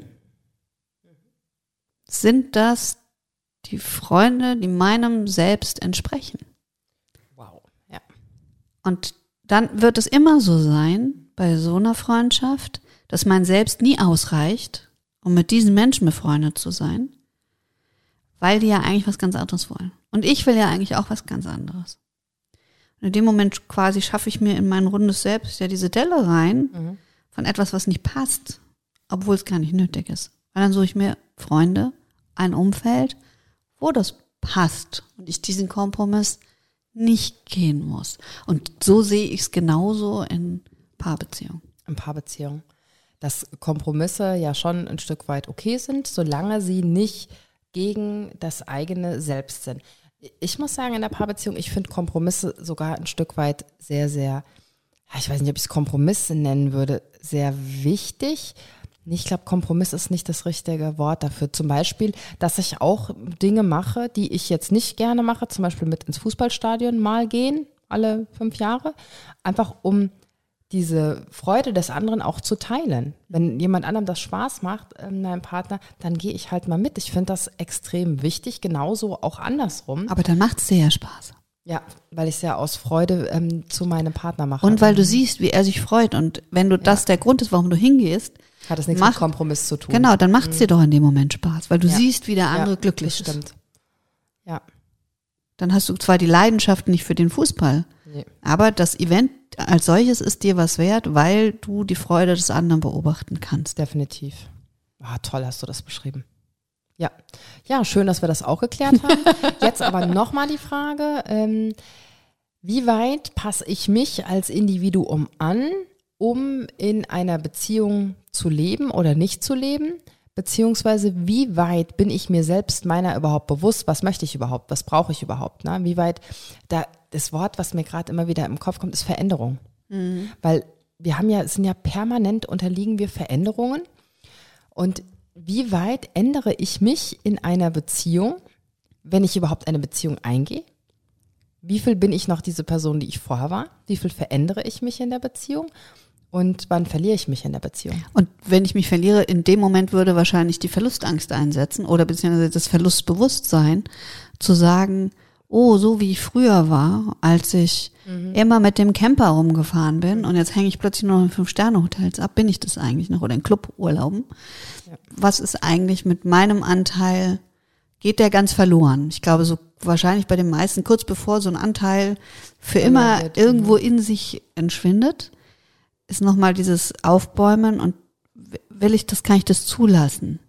sind das die Freunde, die meinem Selbst entsprechen? Wow, ja. Und dann wird es immer so sein, bei so einer Freundschaft, dass mein Selbst nie ausreicht, um mit diesen Menschen befreundet zu sein, weil die ja eigentlich was ganz anderes wollen. Und ich will ja eigentlich auch was ganz anderes. Und in dem Moment quasi schaffe ich mir in mein rundes Selbst ja diese Delle rein von etwas, was nicht passt, obwohl es gar nicht nötig ist. Weil dann suche ich mir Freunde, ein Umfeld, wo das passt und ich diesen Kompromiss nicht gehen muss. Und so sehe ich es genauso in Paarbeziehungen. In Paarbeziehungen. Dass Kompromisse ja schon ein Stück weit okay sind, solange sie nicht gegen das eigene Selbst sind. Ich muss sagen, in der Paarbeziehung, ich finde Kompromisse sogar ein Stück weit sehr, sehr, ich weiß nicht, ob ich es Kompromisse nennen würde, sehr wichtig. Ich glaube, Kompromiss ist nicht das richtige Wort dafür. Zum Beispiel, dass ich auch Dinge mache, die ich jetzt nicht gerne mache, zum Beispiel mit ins Fußballstadion mal gehen, alle 5 Jahre, einfach um diese Freude des anderen auch zu teilen. Wenn jemand anderem das Spaß macht, meinem Partner, dann gehe ich halt mal mit. Ich finde das extrem wichtig, genauso auch andersrum. Aber dann macht es dir ja Spaß. Ja, weil ich es ja aus Freude zu meinem Partner mache. Und weil du siehst, wie er sich freut. Und wenn du das der Grund ist, warum du hingehst, hat es nichts mit Kompromiss zu tun. Genau, dann macht es dir doch in dem Moment Spaß, weil du siehst, wie der andere glücklich ist. Stimmt. Ja. Dann hast du zwar die Leidenschaft nicht für den Fußball, aber das Event als solches ist dir was wert, weil du die Freude des anderen beobachten kannst. Definitiv. Toll hast du das beschrieben. Ja, ja, schön, dass wir das auch geklärt haben. Jetzt aber nochmal die Frage, wie weit passe ich mich als Individuum an, um in einer Beziehung zu leben oder nicht zu leben, beziehungsweise wie weit bin ich mir selbst meiner überhaupt bewusst, was möchte ich überhaupt, was brauche ich überhaupt, ne? Wie weit, das Wort, was mir gerade immer wieder im Kopf kommt, ist Veränderung. Weil sind ja permanent unterliegen wir Veränderungen und wie weit ändere ich mich in einer Beziehung, wenn ich überhaupt eine Beziehung eingehe? Wie viel bin ich noch diese Person, die ich vorher war? Wie viel verändere ich mich in der Beziehung? Und wann verliere ich mich in der Beziehung? Und wenn ich mich verliere, in dem Moment würde wahrscheinlich die Verlustangst einsetzen oder beziehungsweise das Verlustbewusstsein, zu sagen, oh, so wie ich früher war, als ich immer mit dem Camper rumgefahren bin und jetzt hänge ich plötzlich nur noch in 5-Sterne-Hotels ab, bin ich das eigentlich noch oder in Cluburlauben? Ja. Was ist eigentlich mit meinem Anteil, geht der ganz verloren? Ich glaube, so wahrscheinlich bei den meisten, kurz bevor so ein Anteil für immer irgendwo in sich entschwindet, ist nochmal dieses Aufbäumen und kann ich das zulassen?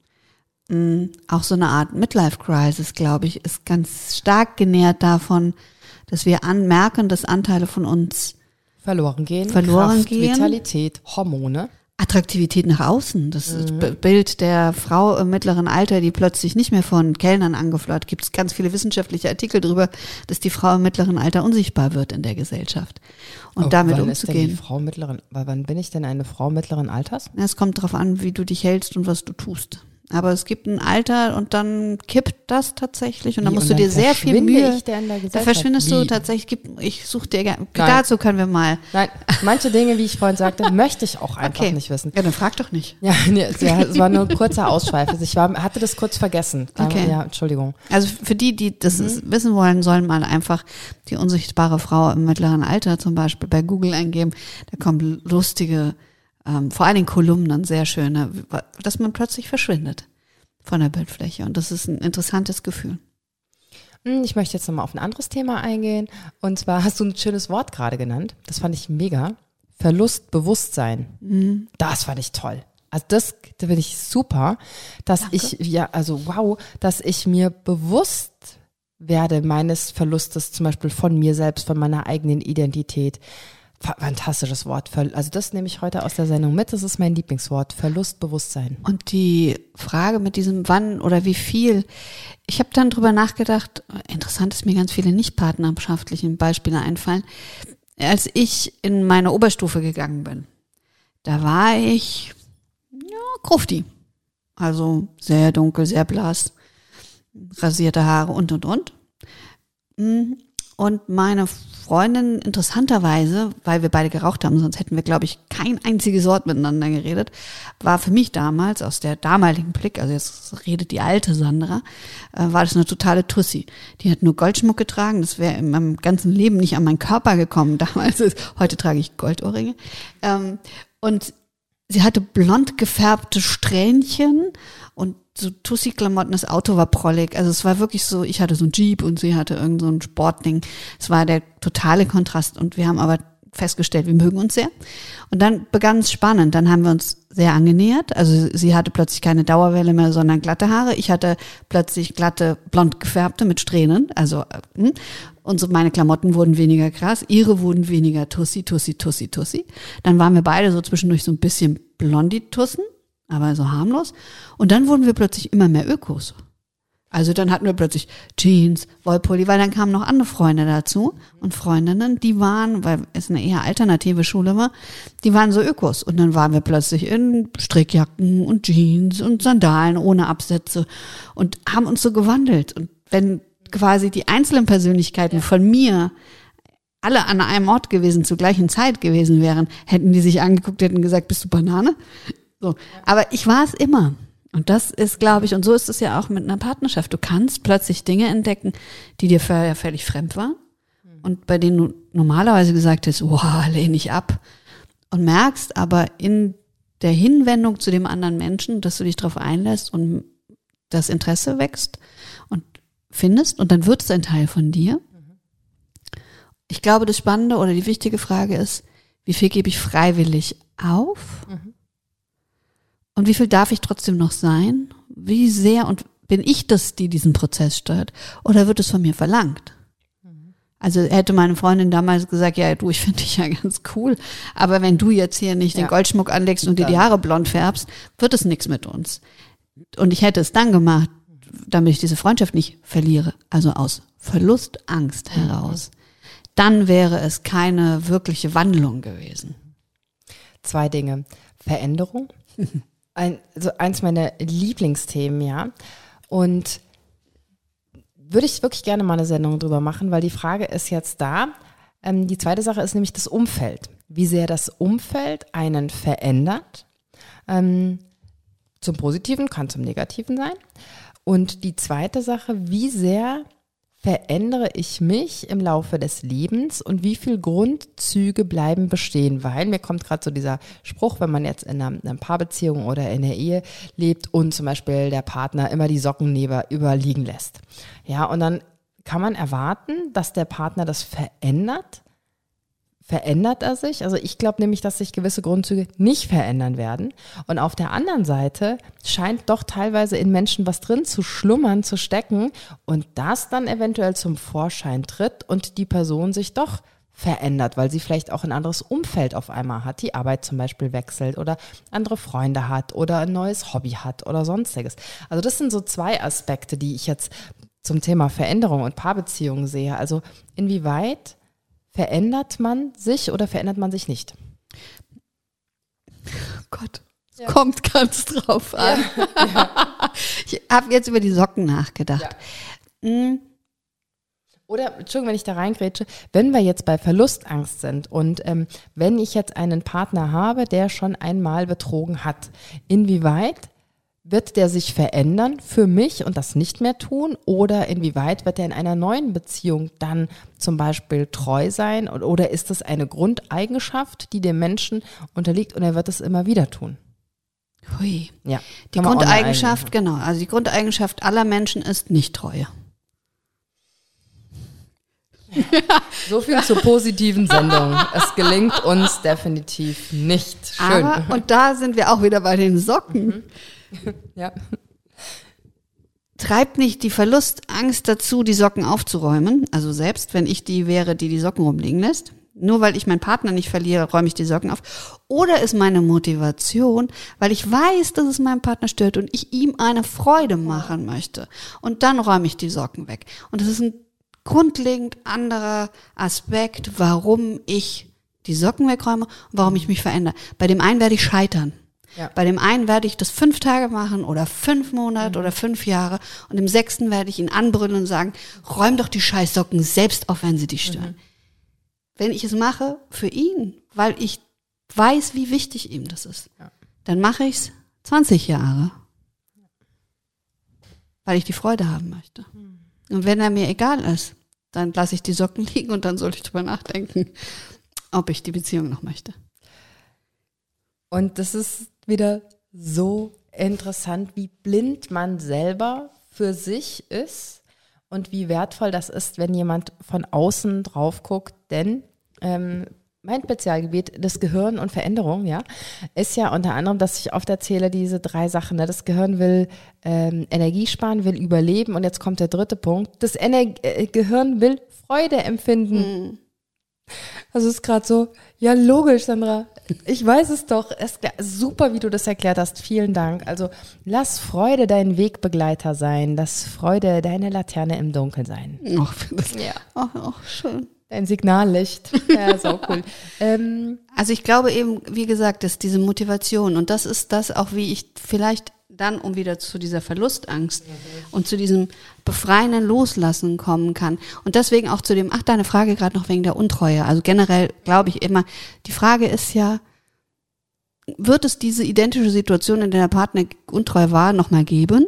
Auch so eine Art Midlife-Crisis, glaube ich, ist ganz stark genährt davon, dass wir merken, dass Anteile von uns verloren gehen. Kraft, Vitalität, Hormone. Attraktivität nach außen. Das Bild der Frau im mittleren Alter, die plötzlich nicht mehr von Kellnern angeflirtet. Gibt es ganz viele wissenschaftliche Artikel darüber, dass die Frau im mittleren Alter unsichtbar wird in der Gesellschaft. Und damit umzugehen. Wann bin ich denn eine Frau mittleren Alters? Es kommt darauf an, wie du dich hältst und was du tust. Aber es gibt ein Alter und dann kippt das tatsächlich und dann musst du dir sehr viel Mühe. Da verschwindest du tatsächlich. Ich suche dir gerne. Dazu können wir mal. Nein, manche Dinge, wie ich vorhin sagte, möchte ich auch einfach nicht wissen. Ja, dann frag doch nicht. Ja, es war nur ein kurzer Ausschweif. Ich hatte das kurz vergessen. Okay. Ja, Entschuldigung. Also für die das wissen wollen, sollen mal einfach die unsichtbare Frau im mittleren Alter zum Beispiel bei Google eingeben. Da kommen lustige vor allen Dingen Kolumnen, sehr schöne, dass man plötzlich verschwindet von der Bildfläche. Und das ist ein interessantes Gefühl. Ich möchte jetzt nochmal auf ein anderes Thema eingehen. Und zwar hast du ein schönes Wort gerade genannt. Das fand ich mega. Verlustbewusstsein. Das fand ich toll. Also das finde ich super, dass dass ich mir bewusst werde meines Verlustes, zum Beispiel von mir selbst, von meiner eigenen Identität. Fantastisches Wort. Also das nehme ich heute aus der Sendung mit. Das ist mein Lieblingswort. Verlustbewusstsein. Und die Frage mit diesem wann oder wie viel, ich habe dann drüber nachgedacht, interessant ist mir ganz viele nicht partnerschaftlichen Beispiele einfallen. Als ich in meine Oberstufe gegangen bin, da war ich Grufti. Also sehr dunkel, sehr blass, rasierte Haare und. Und meine Freundin, interessanterweise, weil wir beide geraucht haben, sonst hätten wir, glaube ich, kein einziges Wort miteinander geredet, war für mich damals, aus der damaligen Blick, also jetzt redet die alte Sandra, war das eine totale Tussi. Die hat nur Goldschmuck getragen, das wäre in meinem ganzen Leben nicht an meinen Körper gekommen damals. Heute trage ich Goldohrringe. Und sie hatte blond gefärbte Strähnchen und so Tussi-Klamotten, das Auto war prollig. Also es war wirklich so, ich hatte so ein Jeep und sie hatte irgend so ein Sportding. Es war der totale Kontrast und wir haben aber festgestellt, wir mögen uns sehr. Und dann begann es spannend. Dann haben wir uns sehr angenähert. Also sie hatte plötzlich keine Dauerwelle mehr, sondern glatte Haare. Ich hatte plötzlich glatte, blond gefärbte mit Strähnen. Also meine Klamotten wurden weniger krass. Ihre wurden weniger Tussi. Dann waren wir beide so zwischendurch so ein bisschen Blonditussen, aber so harmlos. Und dann wurden wir plötzlich immer mehr Ökos. Also dann hatten wir plötzlich Jeans, Wollpulli, weil dann kamen noch andere Freunde dazu und Freundinnen, die waren, weil es eine eher alternative Schule war, die waren so Ökos. Und dann waren wir plötzlich in Strickjacken und Jeans und Sandalen ohne Absätze und haben uns so gewandelt. Und wenn quasi die einzelnen Persönlichkeiten von mir alle an einem Ort gewesen, zur gleichen Zeit gewesen wären, hätten die sich angeguckt, hätten gesagt, bist du Banane? So. Aber ich war es immer. Und das ist, glaube ich, und so ist es ja auch mit einer Partnerschaft. Du kannst plötzlich Dinge entdecken, die dir vorher völlig fremd waren und bei denen du normalerweise gesagt hast, wow, lehne ich ab. Und merkst aber in der Hinwendung zu dem anderen Menschen, dass du dich darauf einlässt und das Interesse wächst und findest und dann wird es ein Teil von dir. Ich glaube, das Spannende oder die wichtige Frage ist, wie viel gebe ich freiwillig auf? Und wie viel darf ich trotzdem noch sein? Wie sehr und bin ich das, die diesen Prozess steuert? Oder wird es von mir verlangt? Also hätte meine Freundin damals gesagt, ja du, ich finde dich ja ganz cool, aber wenn du jetzt hier nicht den Goldschmuck anlegst und dir die Haare blond färbst, wird es nichts mit uns. und ich hätte es dann gemacht, damit ich diese Freundschaft nicht verliere, also aus Verlustangst heraus, dann wäre es keine wirkliche Wandlung gewesen. 2 Dinge. Veränderung, also eins meiner Lieblingsthemen, ja. Und würde ich wirklich gerne mal eine Sendung drüber machen, weil die Frage ist jetzt da. Die zweite Sache ist nämlich das Umfeld. Wie sehr das Umfeld einen verändert. Zum Positiven, kann zum Negativen sein. Und die zweite Sache, wie sehr verändere ich mich im Laufe des Lebens und wie viele Grundzüge bleiben bestehen? Weil mir kommt gerade so dieser Spruch, wenn man jetzt in einer Paarbeziehung oder in der Ehe lebt und zum Beispiel der Partner immer die Socken überliegen lässt. Ja, und dann kann man erwarten, dass der Partner das verändert. Verändert er sich? Also ich glaube nämlich, dass sich gewisse Grundzüge nicht verändern werden. Und auf der anderen Seite scheint doch teilweise in Menschen was drin zu schlummern, zu stecken und das dann eventuell zum Vorschein tritt und die Person sich doch verändert, weil sie vielleicht auch ein anderes Umfeld auf einmal hat, die Arbeit zum Beispiel wechselt oder andere Freunde hat oder ein neues Hobby hat oder sonstiges. Also das sind so 2 Aspekte, die ich jetzt zum Thema Veränderung und Paarbeziehungen sehe. Also inwieweit verändert man sich oder verändert man sich nicht? Gott, es kommt ganz drauf an. Ja. Ich habe jetzt über die Socken nachgedacht. Ja. Oder, Entschuldigung, wenn ich da reingrätsche, wenn wir jetzt bei Verlustangst sind und wenn ich jetzt einen Partner habe, der schon einmal betrogen hat, inwieweit wird der sich verändern für mich und das nicht mehr tun? Oder inwieweit wird er in einer neuen Beziehung dann zum Beispiel treu sein? Oder ist das eine Grundeigenschaft, die dem Menschen unterliegt und er wird es immer wieder tun? Hui. Ja, die Grundeigenschaft, genau. Also die Grundeigenschaft aller Menschen ist Nicht-Treue. So viel zur positiven Sendung. Es gelingt uns definitiv nicht. Schön. Aber, und da sind wir auch wieder bei den Socken. Ja. Treibt nicht die Verlustangst dazu, die Socken aufzuräumen. Also selbst wenn ich die wäre, die die Socken rumliegen lässt. Nur weil ich meinen Partner nicht verliere, räume ich die Socken auf. Oder ist meine Motivation, weil ich weiß, dass es meinen Partner stört und ich ihm eine Freude machen möchte. Und dann räume ich die Socken weg. Und das ist ein grundlegend anderer Aspekt, warum ich die Socken wegräume und warum ich mich verändere. Bei dem einen werde ich scheitern. Ja. Bei dem einen werde ich das 5 Tage machen oder 5 Monate oder 5 Jahre und im 6. werde ich ihn anbrüllen und sagen, räum doch die Scheißsocken selbst auf, wenn sie dich stören. Wenn ich es mache für ihn, weil ich weiß, wie wichtig ihm das ist, dann mache ich es 20 Jahre, weil ich die Freude haben möchte. Und wenn er mir egal ist, dann lasse ich die Socken liegen und dann sollte ich drüber nachdenken, ob ich die Beziehung noch möchte. Und das ist wieder so interessant, wie blind man selber für sich ist und wie wertvoll das ist, wenn jemand von außen drauf guckt. Denn mein Spezialgebiet, das Gehirn und Veränderung, ja, ist ja unter anderem, dass ich oft erzähle, diese 3 Sachen. Ne? Das Gehirn will Energie sparen, will überleben und jetzt kommt der 3. Punkt. Das Gehirn will Freude empfinden. Also es ist gerade so, ja logisch, Sandra, ich weiß es doch. Super, wie du das erklärt hast. Vielen Dank. Also lass Freude dein Wegbegleiter sein. Lass Freude deine Laterne im Dunkeln sein. Schön. Dein Signallicht. Ja, so cool. Also ich glaube eben, wie gesagt, dass diese Motivation und das ist das auch, wie ich vielleicht dann, um wieder zu dieser Verlustangst und zu diesem befreienden Loslassen kommen kann. Und deswegen auch zu dem, deine Frage gerade noch wegen der Untreue. Also generell glaube ich immer, die Frage ist ja, wird es diese identische Situation, in der der Partner untreu war, nochmal geben?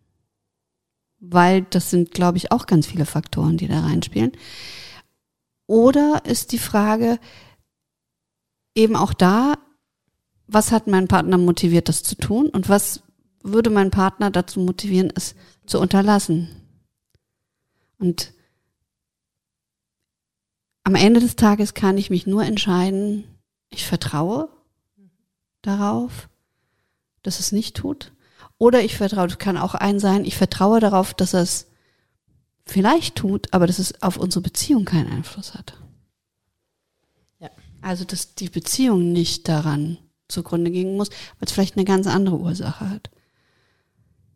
Weil das sind, glaube ich, auch ganz viele Faktoren, die da reinspielen. Oder ist die Frage eben auch da, was hat mein Partner motiviert, das zu tun? Und was würde mein Partner dazu motivieren, es zu unterlassen? Und am Ende des Tages kann ich mich nur entscheiden, ich vertraue darauf, dass es nicht tut. Oder ich vertraue, das kann auch sein, ich vertraue darauf, dass er es vielleicht tut, aber dass es auf unsere Beziehung keinen Einfluss hat. Ja. Also, dass die Beziehung nicht daran zugrunde gehen muss, weil es vielleicht eine ganz andere Ursache hat.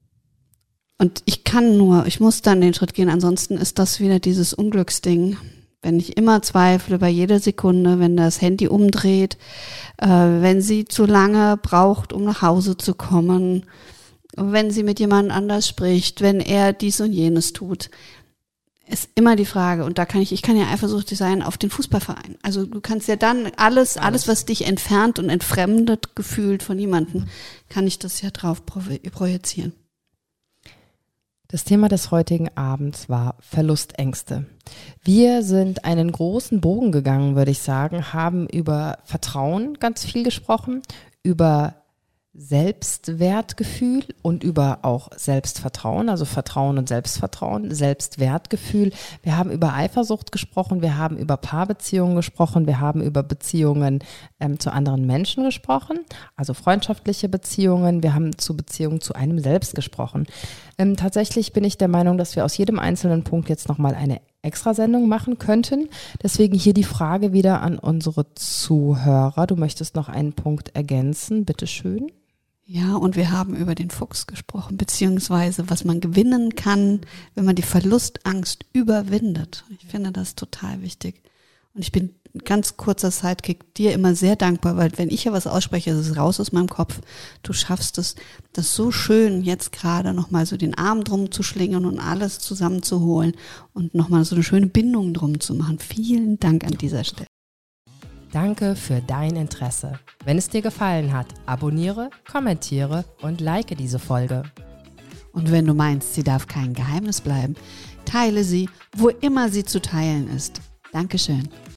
Und ich muss dann den Schritt gehen, ansonsten ist das wieder dieses Unglücksding. Wenn ich immer zweifle, bei jeder Sekunde, wenn das Handy umdreht, wenn sie zu lange braucht, um nach Hause zu kommen, wenn sie mit jemand anders spricht, wenn er dies und jenes tut, ist immer die Frage. Und ich kann ja eifersüchtig sein auf den Fußballverein. Also du kannst ja dann alles, was dich entfernt und entfremdet gefühlt von jemandem, kann ich das ja drauf projizieren. Das Thema des heutigen Abends war Verlustängste. Wir sind einen großen Bogen gegangen, würde ich sagen, haben über Vertrauen ganz viel gesprochen, über Selbstwertgefühl und über auch Selbstvertrauen, also Vertrauen und Selbstvertrauen, Selbstwertgefühl. Wir haben über Eifersucht gesprochen, wir haben über Paarbeziehungen gesprochen, wir haben über Beziehungen zu anderen Menschen gesprochen, also freundschaftliche Beziehungen, wir haben zu Beziehungen zu einem selbst gesprochen. Tatsächlich bin ich der Meinung, dass wir aus jedem einzelnen Punkt jetzt nochmal eine Extrasendung machen könnten. Deswegen hier die Frage wieder an unsere Zuhörer. Du möchtest noch einen Punkt ergänzen, bitteschön. Ja, und wir haben über den Fuchs gesprochen, beziehungsweise was man gewinnen kann, wenn man die Verlustangst überwindet. Ich finde das total wichtig. Und ich bin in ganz kurzer Sidekick dir immer sehr dankbar, weil wenn ich ja was ausspreche, ist es raus aus meinem Kopf. Du schaffst es, das so schön jetzt gerade nochmal so den Arm drum zu schlingen und alles zusammenzuholen und nochmal so eine schöne Bindung drum zu machen. Vielen Dank an dieser Stelle. Danke für dein Interesse. Wenn es dir gefallen hat, abonniere, kommentiere und like diese Folge. Und wenn du meinst, sie darf kein Geheimnis bleiben, teile sie, wo immer sie zu teilen ist. Dankeschön.